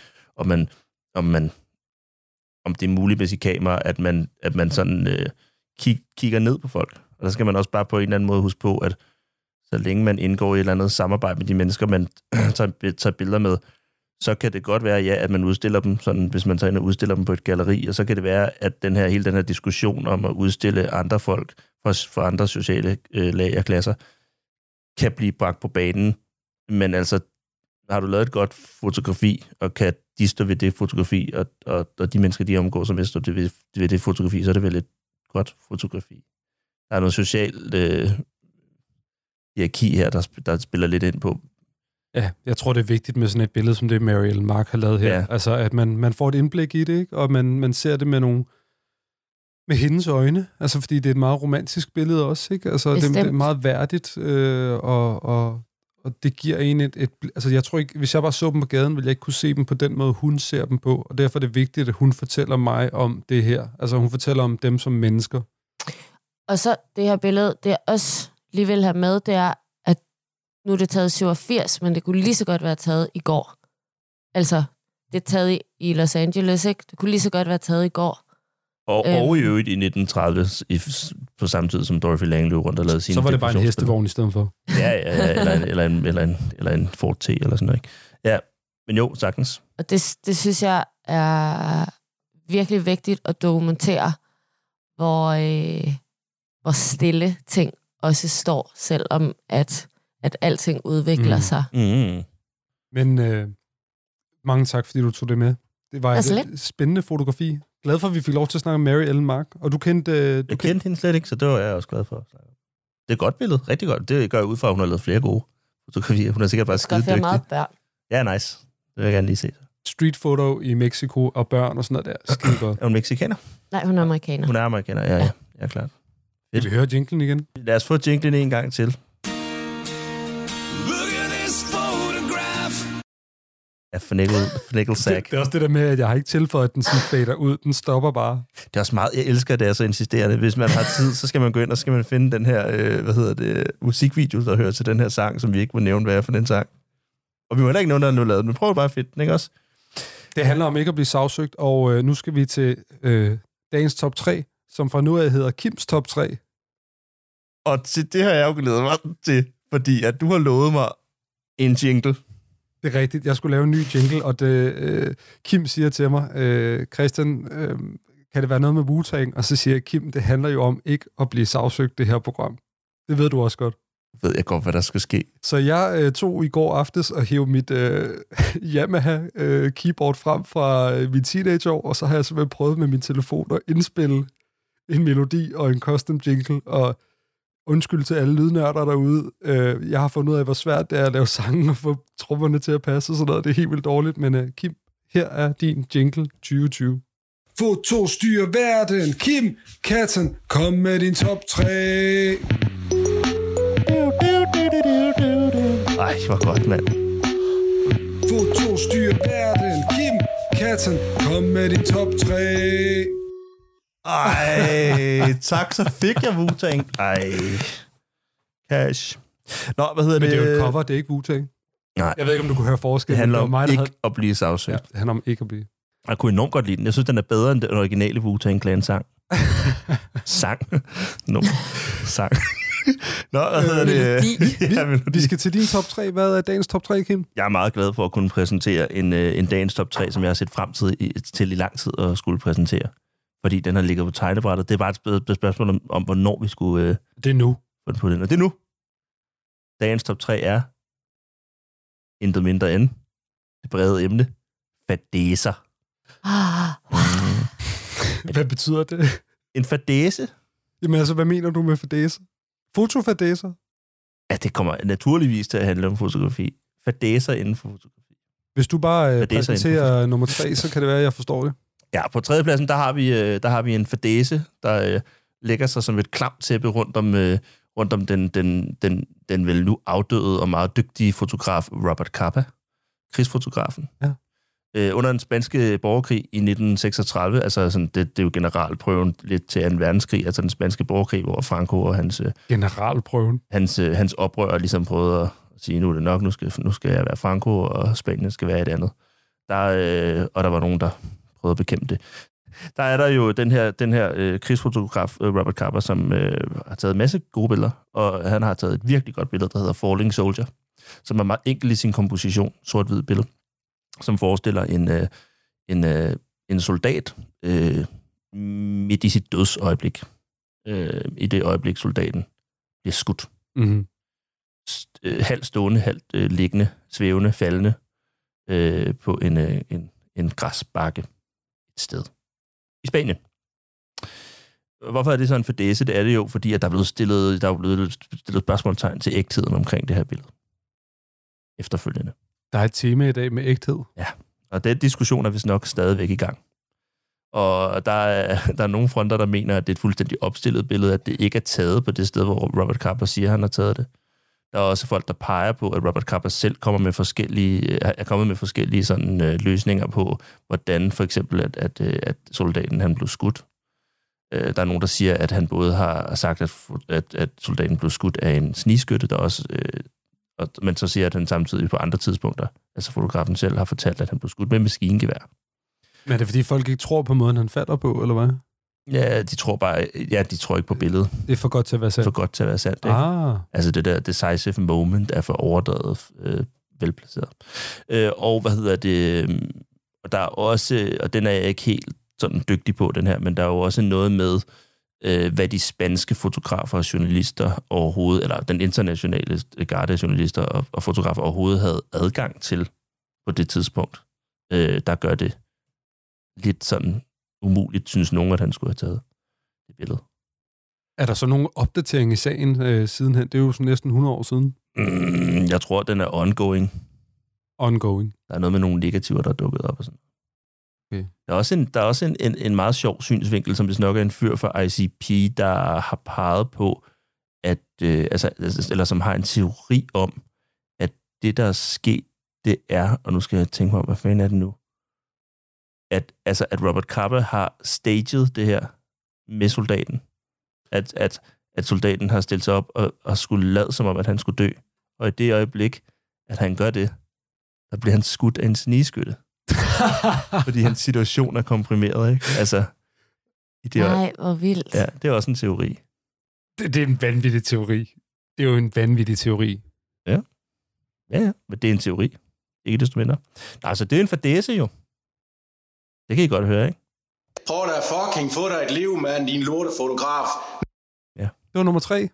om det er muligt med sit kamera, at man sådan kigger ned på folk. Og der skal man også bare på en eller anden måde huske på, at så længe man indgår i et eller andet samarbejde med de mennesker, man tager billeder med, så kan det godt være, at man udstiller dem, sådan, hvis man tager ind og udstiller dem på et galleri, og så kan det være, at hele den her diskussion om at udstille andre folk for andre sociale lag og klasser, kan blive bragt på banen. Men altså, har du lavet et godt fotografi, og kan de stå ved det fotografi, og de mennesker, de omgår, som stå ved det fotografi, så er det vel et godt fotografi. Der er noget socialt hierarki her, der spiller lidt ind på. Ja, jeg tror, det er vigtigt med sådan et billede, som det Mary Ellen Mark har lavet her. Ja. Altså, at man får et indblik i det, ikke? Og man ser det med hendes øjne. Altså, fordi det er et meget romantisk billede også, ikke? Altså, det er meget værdigt, og det giver en altså, jeg tror ikke, hvis jeg bare så dem på gaden, ville jeg ikke kunne se dem på den måde, hun ser dem på. Og derfor er det vigtigt, at hun fortæller mig om det her. Altså, hun fortæller om dem som mennesker. Og så det her billede, det jeg også lige vil have med, det er, at nu er det taget 87, men det kunne lige så godt være taget i går. Altså, det er taget i Los Angeles, ikke? Det kunne lige så godt være taget i går. Og i øvrigt i 1930, på samme tid som Dorothy Lange løb rundt og lavede sine... Så var det bare en hestevogn i stedet for. Ja, eller en Ford T eller sådan noget, ikke? Ja, men jo, sagtens. Og det synes jeg er virkelig vigtigt at dokumentere, hvor stille ting også står, selvom at alting udvikler sig. Mm. Men mange tak, fordi du tog det med. Det var et spændende fotografi. Glad for, at vi fik lov til at snakke om Mary Ellen Mark. Og du kendte... Jeg kendte hende slet ikke, så det var jeg også glad for. Det er et godt billede, rigtig godt. Det gør jeg ud fra, at hun har lavet flere gode fotografier. Hun er sikkert bare skide dygtig. Meget børn. Ja, nice. Det vil jeg gerne lige se. Street photo i Mexico og børn og sådan noget der. Skide godt. Er hun mexikaner? Nej, hun er amerikaner. Hun er amerikaner, ja, klart. Vil vi høre jinglen igen? Lad os få jinglen en gang til. Ja, fornækkelsack. Det er også det der med, at jeg har ikke tilføjet, at den sådan fader ud. Den stopper bare. Det er også meget, jeg elsker, at det er så insisterende. Hvis man har tid, så skal man gå ind, og så skal man finde den her, musikvideo, der hører til den her sang, som vi ikke må nævne, hvad er for den sang. Og vi må heller ikke nævne, der er nu lavet, men prøv bare at finde den, ikke også? Det handler om ikke at blive sagsøgt, og nu skal vi til dagens top 3, som fra nu af hedder Kims top 3. Og til det har jeg jo glædet mig til, fordi at du har lovet mig en jingle. Det er rigtigt. Jeg skulle lave en ny jingle, og Kim siger til mig, Christian, kan det være noget med Wu-Tang? Og så siger jeg, Kim, det handler jo om ikke at blive sagsøgt, det her program. Det ved du også godt. Ved jeg godt, hvad der skal ske. Så jeg tog i går aftes og hævde mit Yamaha keyboard frem fra min teenageår, og så har jeg simpelthen prøvet med min telefon at indspille en melodi og en custom jingle, og undskyld til alle lydnørder derude. Jeg har fundet ud af, hvor svært det er at lave sange og få trommerne til at passe og sådan noget. Det er helt vildt dårligt, men Kim, her er din jingle 2020. Foto styrer verden. Kim Katten, kom med din top 3. Ej, hvor godt, mand. Foto styrer verden. Kim Katten, kom med din top 3. Ej, tak, så fik jeg Wu-Tang. Ej, cash. Nå, hvad hedder det? Men det er jo et cover, det er ikke Wu-Tang. Nej. Jeg ved ikke, om du kunne høre forskel. Det handler om ikke at blive sagsøgt. Ja, det handler om ikke at blive. Jeg kunne enormt godt lide den. Jeg synes, den er bedre end den originale Wu-Tang Clan-sang. Sang. Sang. Nå, hvad hedder det? Vi skal til din top 3. Hvad er dagens top 3, Kim? Jeg er meget glad for at kunne præsentere en dagens top 3, som jeg har set frem til i lang tid at skulle præsentere. Fordi den har ligget på tegnebrættet. Det er bare et spørgsmål om hvornår vi skulle... Det er nu. På den. Og det er nu. Dagens top 3 er intet mindre end det brede emne. Fadæser. Hvad betyder det? En fadæse? Jamen altså, hvad mener du med fadæser? Fotofadæser? Ja, det kommer naturligvis til at handle om fotografi. Fadæser inden for fotografi. Hvis du bare præsenterer nummer 3, så kan det være, at jeg forstår det. Ja, på tredjepladsen, der har vi en fadæse, der lægger sig som et klamtæppe rundt om den vel nu afdøde og meget dygtige fotograf Robert Capa, krigsfotografen. Ja. Under den spanske borgerkrig i 1936, altså sådan, det er jo generalprøven lidt til 2. verdenskrig, altså den spanske borgerkrig, hvor Franco og hans... Generalprøven? Hans oprører ligesom prøvede at sige, nu er det nok, nu skal jeg være Franco, og Spanien skal være et andet. Og der var nogen, der prøvede at bekæmpe det. Der er der jo den her krigsfotograf, Robert Capa, som har taget en masse gode billeder, og han har taget et virkelig godt billede, der hedder Falling Soldier, som er meget enkelt i sin komposition, sort-hvid billede, som forestiller en soldat midt i sit dødsøjeblik. I det øjeblik, soldaten bliver skudt. Mm-hmm. Halvt stående, halvt liggende, svævende, faldende på en græsbakke et sted i Spanien. Hvorfor er det så en fadæse? Det er det jo, fordi at der er blevet stillet spørgsmålstegn til ægtheden omkring det her billede. Efterfølgende. Der er et tema i dag med ægthed. Ja, og den diskussion er vist nok stadigvæk i gang. Og der er nogle fronter, der mener, at det er et fuldstændig opstillet billede, at det ikke er taget på det sted, hvor Robert Capa siger, at han har taget det. Der er også folk, der peger på, at Robert Capa selv er kommet med forskellige sådan, løsninger på, hvordan for eksempel, at soldaten han blev skudt. Der er nogen, der siger, at han både har sagt, at soldaten blev skudt af en snigskytte, der også, men så siger, at han samtidig på andre tidspunkter, altså fotografen selv, har fortalt, at han blev skudt med maskingevær. Men er det, fordi folk ikke tror på måden, han falder på, eller hvad? Ja, de tror ikke på billedet. Det er for godt til at være sandt. For godt til at være sandt, ikke? Altså det der decisive moment er for overdrevet velplaceret. Og og der er også, og den er jeg ikke helt sådan dygtig på, den her, men der er jo også noget med, hvad de spanske fotografer og journalister overhovedet, eller den internationale garde af journalister og fotografer overhovedet havde adgang til på det tidspunkt. Der gør det lidt sådan umuligt, synes nogen, at han skulle have taget det billede. Er der så nogen opdatering i sagen sidenhen? Det er jo sådan næsten 100 år siden. Jeg tror, den er ongoing. Ongoing. Der er noget med nogle negativer, der er dukket op og sådan. Okay. Der er også en meget sjov synsvinkel, som hvis nok er en fyr fra ICP, der har peget på, at, eller som har en teori om, at det, der er sket, det er, og nu skal jeg tænke mig om, hvad fanden er det nu? At Robert Capa har staged det her med soldaten. At soldaten har stillet sig op og skulle lade som om, at han skulle dø. Og i det øjeblik, at han gør det, der bliver han skudt af en snigskytte. Fordi hans situation er komprimeret, ikke? Altså, nej, hvor vildt. Ja, det er også en teori. Det er en vanvittig teori. Det er jo en vanvittig teori. Ja, men det er en teori. Ikke desto mindre. Nej, altså, det er en fadæse jo. Det kan I godt høre, ikke? Prøv da fucking få dig et liv, mand, din lortefotograf. Ja. Det var nummer 3.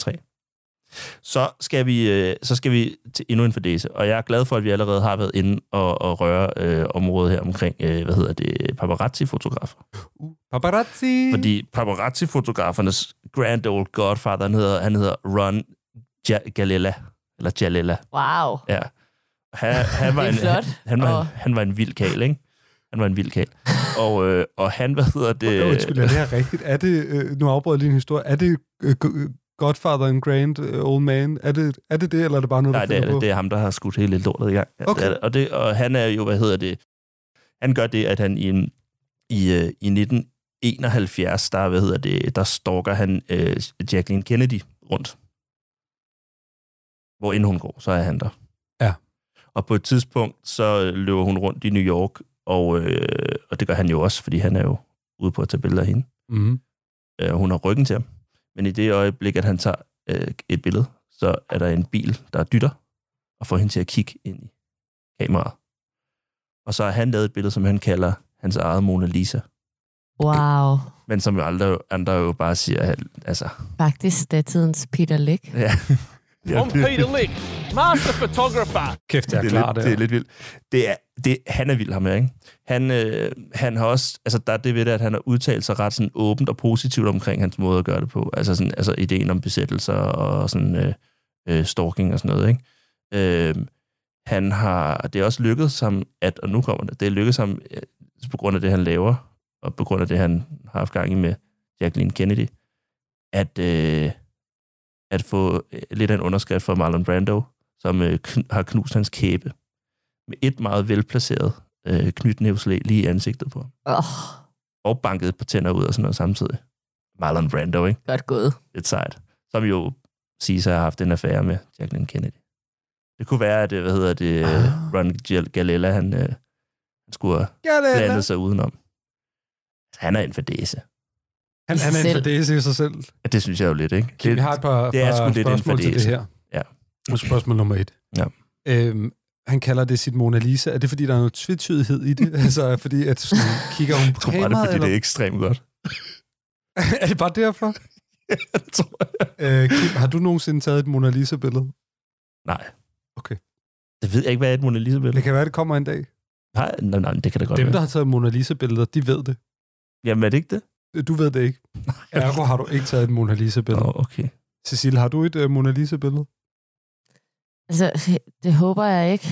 Så skal vi til endnu en fadæse, og jeg er glad for, at vi allerede har været inde og røre området her omkring, paparazzi-fotografer. Paparazzi! Fordi paparazzi-fotografernes grand old godfather, han hedder Ron Galella, eller Jalella. Wow. Ja. Han var en vild kæl, ikke? Han var en vild kæl. Og han, Undskyld, er det her rigtigt? Er det, nu afbryder jeg lige en historie, er det Godfather and Grand Old Man? Er det, eller er det bare noget, nej, det er ham, der har skudt hele lortet i gang. Ja, okay. Og han er jo, han gør det, at han i 1971, der stalker han Jacqueline Kennedy rundt. Hvor inden hun går, så er han der. Ja. Og på et tidspunkt, så løber hun rundt i New York, og det gør han jo også, fordi han er jo ude på at tage billeder af hende. Mm-hmm. Hun har ryggen til ham. Men i det øjeblik, at han tager et billede, så er der en bil, der dytter, og får hende til at kigge ind i kameraet. Og så har han lavet et billede, som han kalder hans eget Mona Lisa. Wow. Men som jo andre jo bare siger, altså... Faktisk datidens Peter Lik. Ja. Om Peter Lik, master photographer. Kæft, jeg er klar der. Det er lidt vildt. Han er vild, ham, ikke? Han har også... Altså, der er det ved det, at han har udtalt sig ret sådan åbent og positivt omkring hans måde at gøre det på. Altså ideen om besættelser og sådan stalking og sådan noget, ikke? Det er også lykkedes ham, og nu kommer det er lykkedes ham på grund af det, han laver, og på grund af det, han har haft gang i med Jacqueline Kennedy, at få lidt af en underskrift fra Marlon Brando, som har knust hans kæbe med et meget velplaceret knytnævslæg lige i ansigtet på. Og banket et par tænder ud og sådan noget samtidig. Marlon Brando, ikke? Godt gået. Et sejt. Som jo siger sig har haft en affære med Jacqueline Kennedy. Det kunne være, at Ron Galella, han skulle have blandet sig udenom. Han er en fadæse. Han er en fadæse i sig selv. Ja, det synes jeg jo lidt, ikke? Vi har et par spørgsmål til det her. Ja. Spørgsmål nummer 1. Ja. Han kalder det sit Mona Lisa. Er det, fordi der er noget tvetydighed i det? Altså, fordi at sådan, kigger hun på kameraet? Jeg tror bare, det er, fordi det er ekstremt godt. Er det bare derfor? Ja, det tror jeg. Kim, har du nogensinde taget et Mona Lisa-billede? Nej. Okay. Det ved jeg ikke, hvad er et Mona Lisa-billede. Det kan være, det kommer en dag. Nej, det kan da godt Dem, være. der har taget Mona Lisa-billeder, de ved det. Jamen, er det ikke det? Du ved det ikke. Ergo har du ikke taget et Mona Lisa-billede. Okay. Cecile, har du et Mona Lisa-billede? Altså, det håber jeg ikke.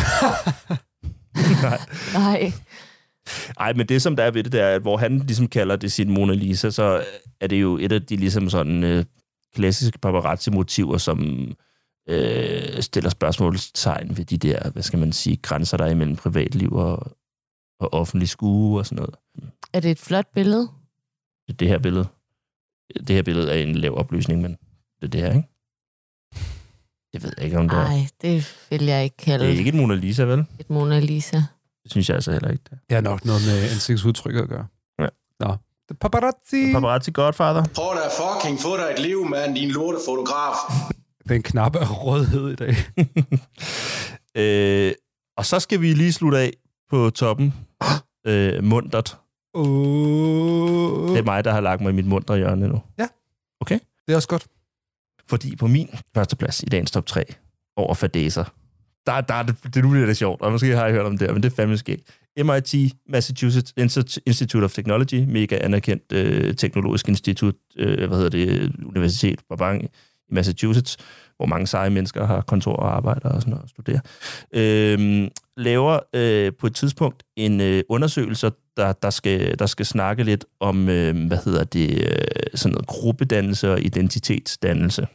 Nej. Ej, men det som der er ved det, der er, at hvor han ligesom kalder det sin Mona Lisa, så er det jo et af de ligesom sådan klassiske paparazzi-motiver, som stiller spørgsmålstegn ved de der, hvad skal man sige, grænser der er imellem privatliv og offentlig skue og sådan noget. Er det et flot billede? Det her billede er en lav opløsning, men det her, ikke? Det ved jeg ikke, om det er. Nej, det vil jeg ikke kalde. Det er ikke et Mona Lisa, vel? Et Mona Lisa. Det synes jeg altså heller ikke. Det er nok noget med ansigtsudtryk at gøre. Ja. Nå. Paparazzi Godfather. Prøv da fucking få dig et liv, mand, din lortefotograf. Den knap er rødhed i dag. Og så skal vi lige slutte af på toppen. Muntert. Det er mig, der har lagt mig i mit muntre hjørne nu. Ja. Okay? Det er også godt. Fordi på min førsteplads i dagens top 3 over fadæser, det nu bliver det sjovt, og måske har jeg hørt om det, men det er fandme skægt. MIT, Massachusetts Institute of Technology, mega anerkendt teknologisk institut, universitet i Massachusetts, hvor mange seje mennesker har kontor og arbejder og sådan noget, og studerer, laver på et tidspunkt en undersøgelse, der skal snakke lidt om, sådan noget gruppedannelse og identitetsdannelse.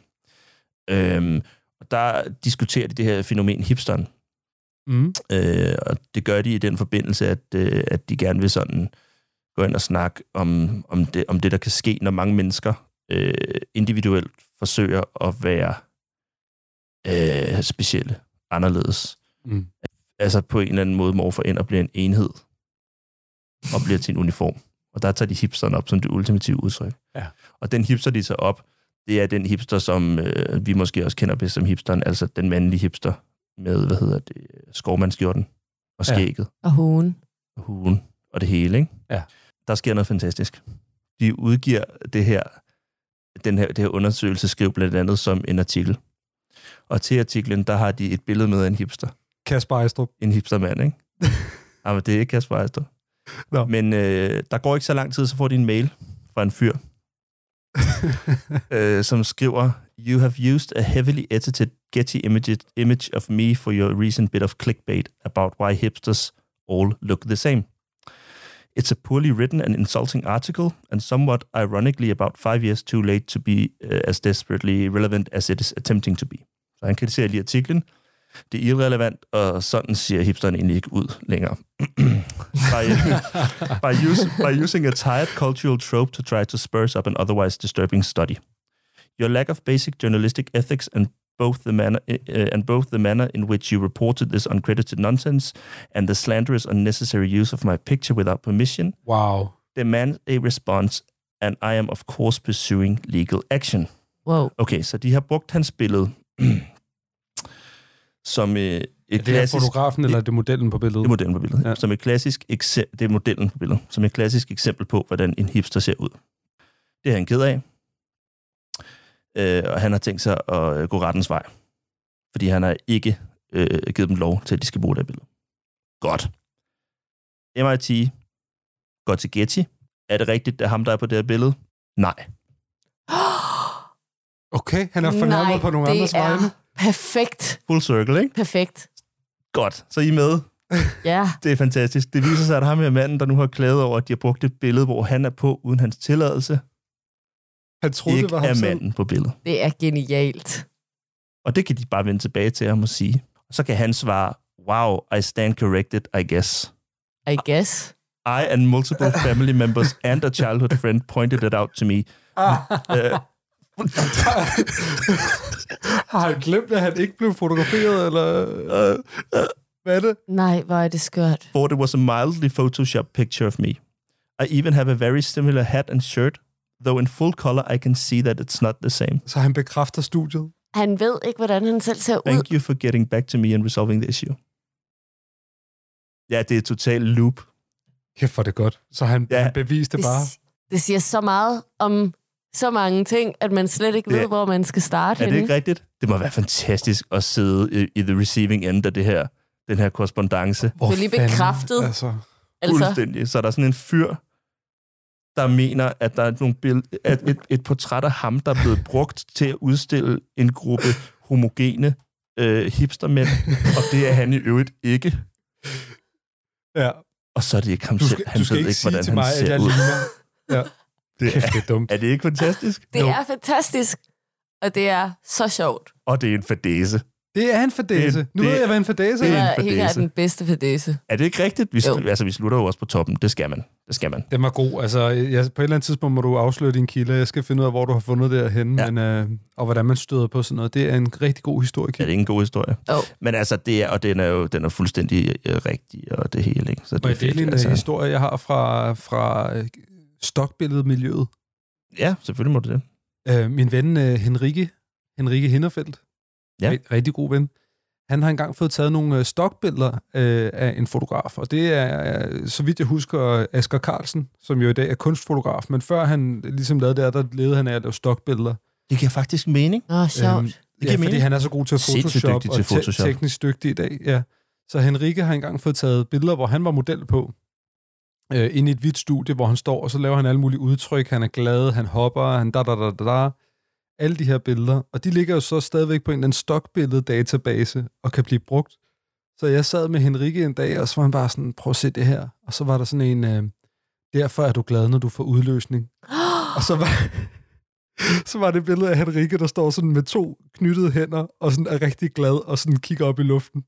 Og der diskuterer de det her fænomen hipsteren. Og det gør de i den forbindelse, at de gerne vil sådan gå ind og snakke om det, der kan ske, når mange mennesker individuelt forsøger at være specielle, anderledes. Altså på en eller anden måde morfer ind og bliver en enhed og bliver til en uniform. Og der tager de hipsteren op som det ultimative udtryk. Ja. Og den hipster, de tager op, det er den hipster, som vi måske også kender bedst som hipsteren, altså den mandlige hipster med, skovmandskjorten og skægget. Og huen. Og det hele, ikke? Ja. Der sker noget fantastisk. De udgiver det her undersøgelsesskriv blandt andet som en artikel. Og til artiklen, der har de et billede med af en hipster. Kasper Ejstrup. En hipstermand, ikke? Jamen, det er ikke Kasper Ejstrup. No. Men der går ikke så lang tid, så får de en mail fra en fyr, som skriver, "You have used a heavily edited Getty image of me for your recent bit of clickbait about why hipsters all look the same. It's a poorly written and insulting article, and somewhat ironically about 5 years too late to be as desperately relevant as it is attempting to be." Så han kritiserer lige artiklen. Det er irrelevant, og sådan ser hipsteren egentlig ikke ud længere. by using a tired cultural trope to try to spruce up an otherwise disturbing study. Your lack of basic journalistic ethics and both the manner in which you reported this uncredited nonsense and the slanderous unnecessary use of my picture without permission demand a response, and I am of course pursuing legal action. Wow. Okay, så de har brugt hans billede som et det klassisk... Er fotografen, eller er det modellen på billedet? Det er modellen på billedet. Ja. Som et klassisk det er modellen på billedet. Som et klassisk eksempel på, hvordan en hipster ser ud. Det er han ked af. Og han har tænkt sig at gå rettens vej. Fordi han har ikke givet dem lov til, at de skal bruge det billede. Godt. MIT går til Getty. Er det rigtigt, det er ham, der er på det her billede? Nej. Okay, han er fornærmet på nogle andres vegne. Perfekt. Full circle, ikke? Perfekt. Godt, så I er med. Ja. Det er fantastisk. Det viser sig, at ham her manden, der nu har klaget over, at de har brugt et billede, hvor han er på uden hans tilladelse. Han troede, ikke det var ham er manden på billedet. Det er genialt. Og det kan de bare vende tilbage til ham og sige. Og så kan han svare, "Wow, I stand corrected, I guess. I guess. I and multiple family members and a childhood friend pointed it out to me." Har han glemt, at han ikke blev fotograferet, eller hvad er det? Nej, hvor er det skørt. Thought it was a mildly photoshopped picture of me. I even have a very similar hat and shirt, though in full color I can see that it's not the same. Så han bekræfter studiet? Han ved ikke, hvordan han selv ser ud. Thank you for getting back to me and resolving the issue. Ja, det er totalt loop. Kæft, for det godt. Så han beviste det bare. Det siger så meget om så mange ting, at man slet ikke ved, hvor man skal starte henne. Er det ikke rigtigt? Det må være fantastisk at sidde i the receiving end af den her korrespondance. Det er lige bekræftet. Fuldstændig. Så er der sådan en fyr, der mener, at der er nogle et portræt af ham, der er blevet brugt til at udstille en gruppe homogene hipstermænd, og det er han i øvrigt ikke. Ja. Og så er det ikke ham selv. Han ved ikke, hvordan han mig, ser ud. Ja. Det er dumt. Er det ikke fantastisk? Det er fantastisk, og det er så sjovt. Og det er en fadæse. Det er en fadæse. Nu ved jeg, hvad en fadæse er. Det er helt klart den bedste fadæse. Er det ikke rigtigt? Vi slutter jo også på toppen. Det skal man. Den var god. Altså, på et eller andet tidspunkt må du afsløre din kilde. Jeg skal finde ud af, hvor du har fundet det henne, ja. Og hvordan man støder på sådan noget. Det er en rigtig god historie. Ja, det er en god historie. Men altså, den er fuldstændig rigtig, og det hele. Ikke? Så det må jeg dele en historie, jeg har fra stokbilledmiljøet? Ja, selvfølgelig må du det. Min ven Henrike Hinderfeldt, rigtig god ven, han har engang fået taget nogle stokbilleder af en fotograf, og det er, så vidt jeg husker, Asger Carlsen, som jo i dag er kunstfotograf, men før han ligesom lavede det, der levede han af at lave stokbilleder. Det giver faktisk mening. Sjovt. Ja, fordi han er så god til at Photoshop og teknisk dygtig i dag. Ja. Så Henrike har engang fået taget billeder, hvor han var model på, inde i et hvidt studie, hvor han står, og så laver han alle mulige udtryk. Han er glad, han hopper, han da. Alle de her billeder. Og de ligger jo så stadigvæk på en eller anden stokbillede-database og kan blive brugt. Så jeg sad med Henrike en dag, og så var han bare sådan, prøv at se det her. Og så var der sådan en, derfor er du glad, når du får udløsning. Og så var det billede af Henrike, der står sådan med 2 knyttede hænder, og sådan er rigtig glad, og sådan kigger op i luften.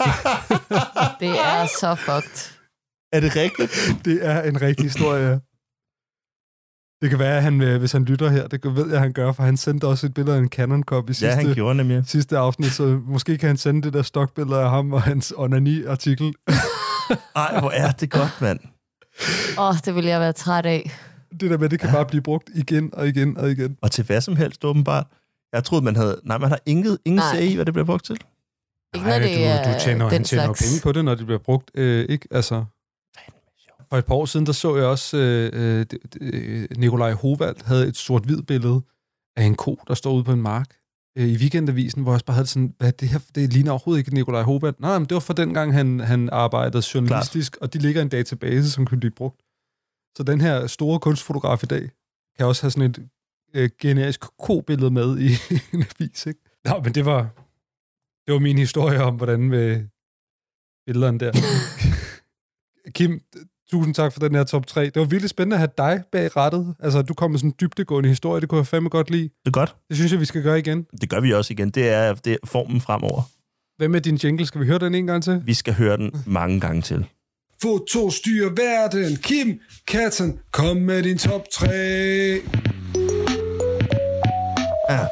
Det er så fucked. Er det rigtigt? Det er en rigtig historie. Det kan være, at han, hvis han lytter her, det ved jeg, han gør, for han sendte også et billede af en Canon Cop i sidste afsnit, så måske kan han sende det der stokbillede af ham og hans onani-artikel. Ej, hvor er det godt, mand. Det vil jeg være træt af. Det der med, det kan bare blive brugt igen og igen og igen. Og til hvad som helst, åbenbart. Jeg troede, man har ingen se i, hvad det bliver brugt til. Ikke når det er han tjener jo penge på det, når det bliver brugt. Ikke? Altså, for et par år siden, der så jeg også, Nikolaj Hovald havde et sort-hvid billede af en ko, der står ude på en mark i Weekendavisen, hvor jeg bare havde sådan, hvad det her, det ligner overhovedet ikke Nikolaj Hovald. Nej, men det var for dengang, han arbejdede journalistisk, og de ligger i en database, som kan blive brugt. Så den her store kunstfotograf i dag, kan også have sådan et generisk ko-billede med i en avis, ikke? Nå, men det var min historie om, hvordan med billederne der. Kim, tusind tak for den her top 3. Det var virkelig spændende at have dig bag rattet. Altså, du kom med sådan en dybdegående historie, det kunne jeg fandme godt lide. Det er godt. Det synes jeg, vi skal gøre igen. Det gør vi også igen. Det er formen fremover. Hvem er din jingle? Skal vi høre den en gang til? Vi skal høre den mange gange til. Foto styrer verden. Kim Katten, kom med din top 3. Ja.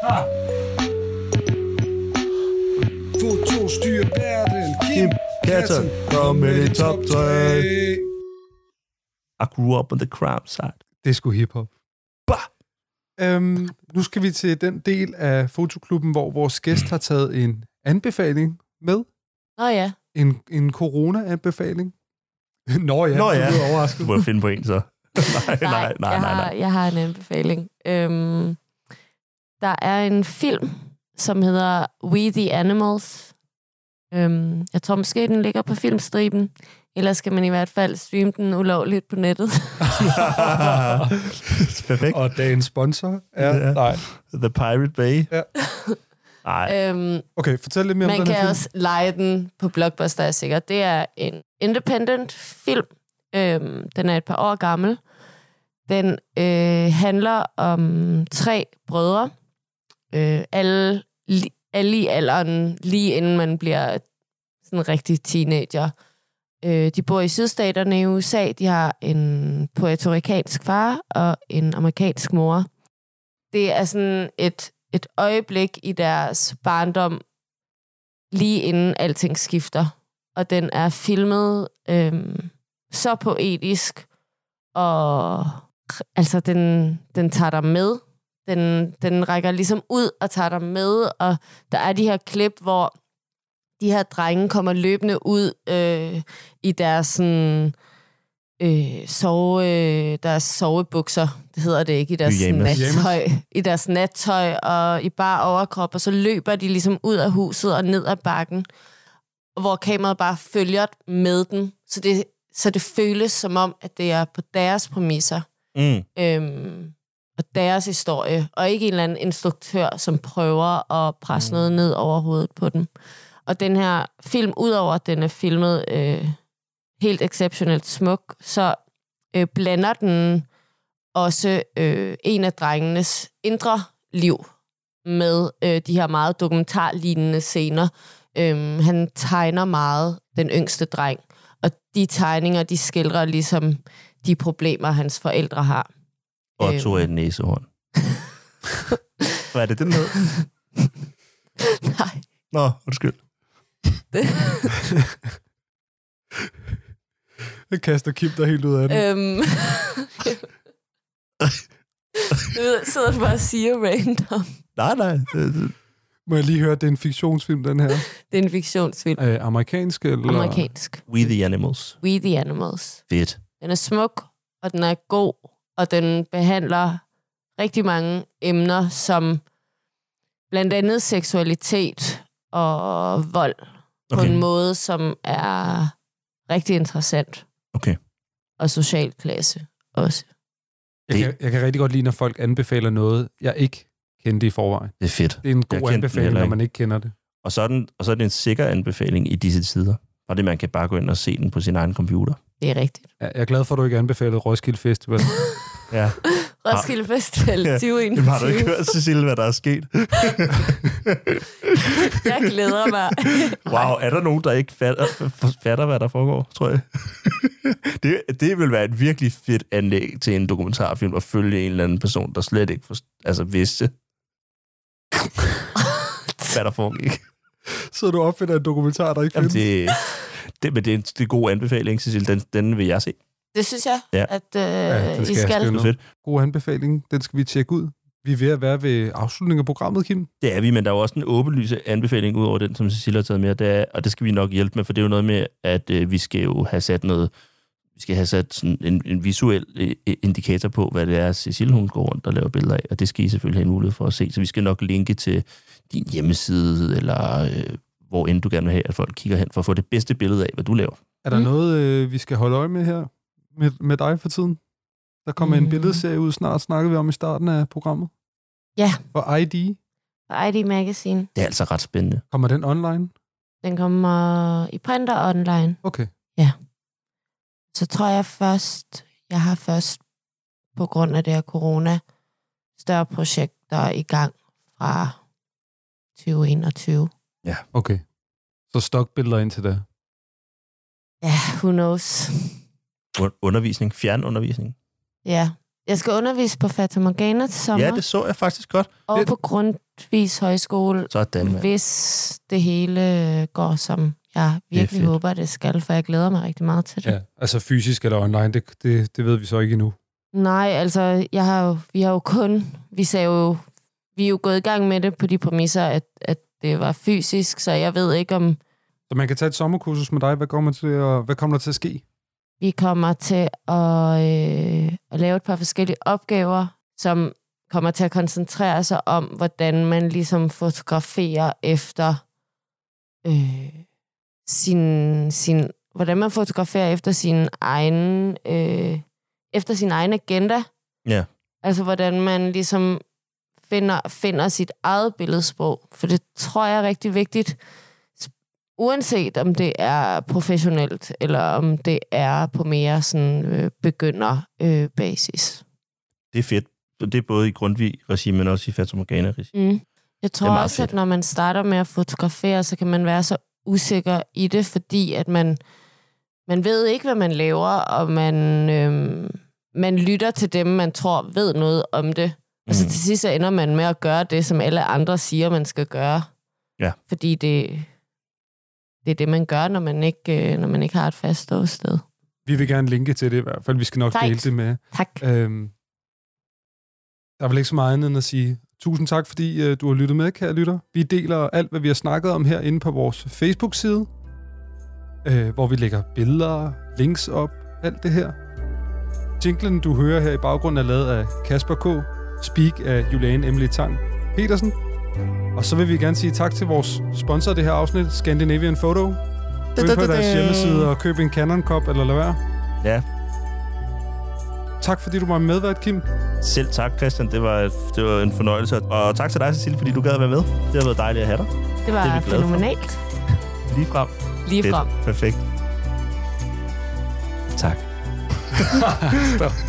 Foto styrer verden. Kim Katten, kom med din top 3. I grew up on the crowd side. Det er sgu hiphop. Nu skal vi til den del af Fotoklubben, hvor vores gæst har taget en anbefaling med. Ja. En corona-anbefaling. Nå ja, du er overrasket. Du må finde på en, så. Nej. Jeg har en anbefaling. Der er en film, som hedder We the Animals. Jeg tror måske, den ligger på Filmstriben. Ellers skal man i hvert fald streame den ulovligt på nettet. Perfekt. Og dagens sponsor er... Nej. The Pirate Bay. Ja. Nej. Okay, fortæl lidt mere om den her film. Man kan også leje den på Blockbuster, er sikkert. Det er en independent film. Den er et par år gammel. Den handler om 3 brødre. Alle i alderen, lige inden man bliver sådan en rigtig teenager. De bor i sydstaterne i USA. De har en puertoricansk far og en amerikansk mor. Det er sådan et øjeblik i deres barndom, lige inden alting skifter. Og den er filmet så poetisk, og altså den tager dig med. Den rækker ligesom ud og tager dig med, og der er de her klip, hvor de her drenge kommer løbende ud i deres sådan, deres sovebukser, det hedder det ikke, i deres nattøj, i deres nattøj og i bare overkrop, og så løber de ligesom ud af huset og ned ad bakken, hvor kameraet bare følger med den, så det føles som om, at det er på deres præmisser. Og deres historie, og ikke en eller anden instruktør, som prøver at presse noget ned over hovedet på dem. Og den her film, udover at den er filmet helt exceptionelt smuk, så blander den også en af drengenes indre liv med de her meget dokumentarlignende scener. Han tegner meget den yngste dreng, og de tegninger, de skildrer ligesom de problemer, hans forældre har. Otto er et næsehorn. Hvad er det, den hed? Nej. Nå, undskyld. Jeg kaster Kim der helt ud af den. Sidder du bare og siger random? Nej. Må jeg lige høre, det er en fiktionsfilm, den her? Det er en fiktionsfilm. Amerikansk, eller? Amerikansk. We the Animals. We the Animals. Fedt. Den er smuk, og den er god, og den behandler rigtig mange emner, som blandt andet seksualitet og vold, på en måde, som er rigtig interessant. Okay. Og social klasse også. Jeg kan rigtig godt lide, når folk anbefaler noget, jeg ikke kendte i forvejen. Det er fedt. Det er en god anbefaling, når man ikke kender det. Og så er det en sikker anbefaling i disse tider. Og det, man kan bare gå ind og se den på sin egen computer. Det er rigtigt. Jeg er glad for, at du ikke anbefalede Roskilde Festival. Ja. Roskilde Festival 2021. Har du ikke hørt, Cecilie, hvad der er sket? Jeg glæder mig. Wow, er der nogen, der ikke fatter hvad der foregår, tror jeg? Det vil være et virkelig fedt anlæg til en dokumentarfilm at følge en eller anden person, der slet ikke vidste, hvad der foregik. Så du opfinder en dokumentar, der ikke findes? Men det er en god anbefaling, Cecilie. Den vil jeg se. Det synes jeg, at I skal. God anbefaling. Den skal vi tjekke ud. Vi er ved at være ved afslutningen af programmet, Kim. Det er vi, men der er jo også en åbenlyse anbefaling ud over den, som Cecilie har taget med, og det skal vi nok hjælpe med, for det er jo noget med, at vi skal jo have sat noget, vi skal have sat sådan en visuel indikator på, hvad det er, Cecilie hun går rundt og laver billeder af, og det skal I selvfølgelig have en mulighed for at se, så vi skal nok linke til din hjemmeside, eller hvor end du gerne vil have, at folk kigger hen, for at få det bedste billede af, hvad du laver. Er der noget, vi skal holde øje med her, med dig for tiden? Der kommer en billedserie ud snart, snakker vi om i starten af programmet. Ja. For ID. For ID Magazine. Det er altså ret spændende. Kommer den online? Den kommer i print og online. Okay. Ja. Så tror jeg har først på grund af det her corona, større projekter i gang fra 2021. Ja. Okay. Så stokbilleder indtil da? Ja, who knows. Undervisning, fjernundervisning. Ja, jeg skal undervise på Fata Morgana til sommer. Ja, det så jeg faktisk godt. Og på Grundtvigs Højskole, hvis det hele går, som jeg virkelig håber, det skal, for jeg glæder mig rigtig meget til det. Ja, altså fysisk eller online, det ved vi så ikke endnu. Nej, altså, vi er jo gået i gang med det på de præmisser, at det var fysisk, så jeg ved ikke om... Så man kan tage et sommerkursus med dig. Hvad kommer der til at ske? Vi kommer til at lave et par forskellige opgaver, som kommer til at koncentrere sig om, hvordan man ligesom fotograferer efter hvordan man fotograferer efter sin egen agenda. Ja. Altså hvordan man ligesom finder sit eget billedsprog, for det tror jeg er rigtig vigtigt. Uanset om det er professionelt, eller om det er på mere sådan begynderbasis. Det er fedt. Det er både i Grundtvig-regi, men også i Fata Morgana-regi. Jeg tror også, at når man starter med at fotografere, så kan man være så usikker i det, fordi at man ved ikke, hvad man laver, og man lytter til dem, man tror ved noget om det. Og så til sidst så ender man med at gøre det, som alle andre siger, man skal gøre. Ja. Fordi det er det, man gør, når man ikke har et fast ståsted. Vi vil gerne linke til det i hvert fald. Vi skal nok dele det med. Tak. Der er vel ikke så meget andet end at sige tusind tak, fordi du har lyttet med, kære lytter. Vi deler alt, hvad vi har snakket om her inde på vores Facebook-side, hvor vi lægger billeder, links op, alt det her. Jinglen, du hører her i baggrunden, er lavet af Kasper K. Speak af Juliane Emily Tang Petersen. Og så vil vi gerne sige tak til vores sponsor det her afsnit, Scandinavian Photo. Gå ind på deres hjemmeside og køb en Canon Kop, eller lad være. Ja. tak fordi du var medvært, Kim. Selv tak, Christian. Det var en fornøjelse. Og tak til dig, Cecilie, fordi du gad at være med. Det har været dejligt at have dig. Det var fænomenalt. Lige frem. Lige frem. Perfekt. Tak.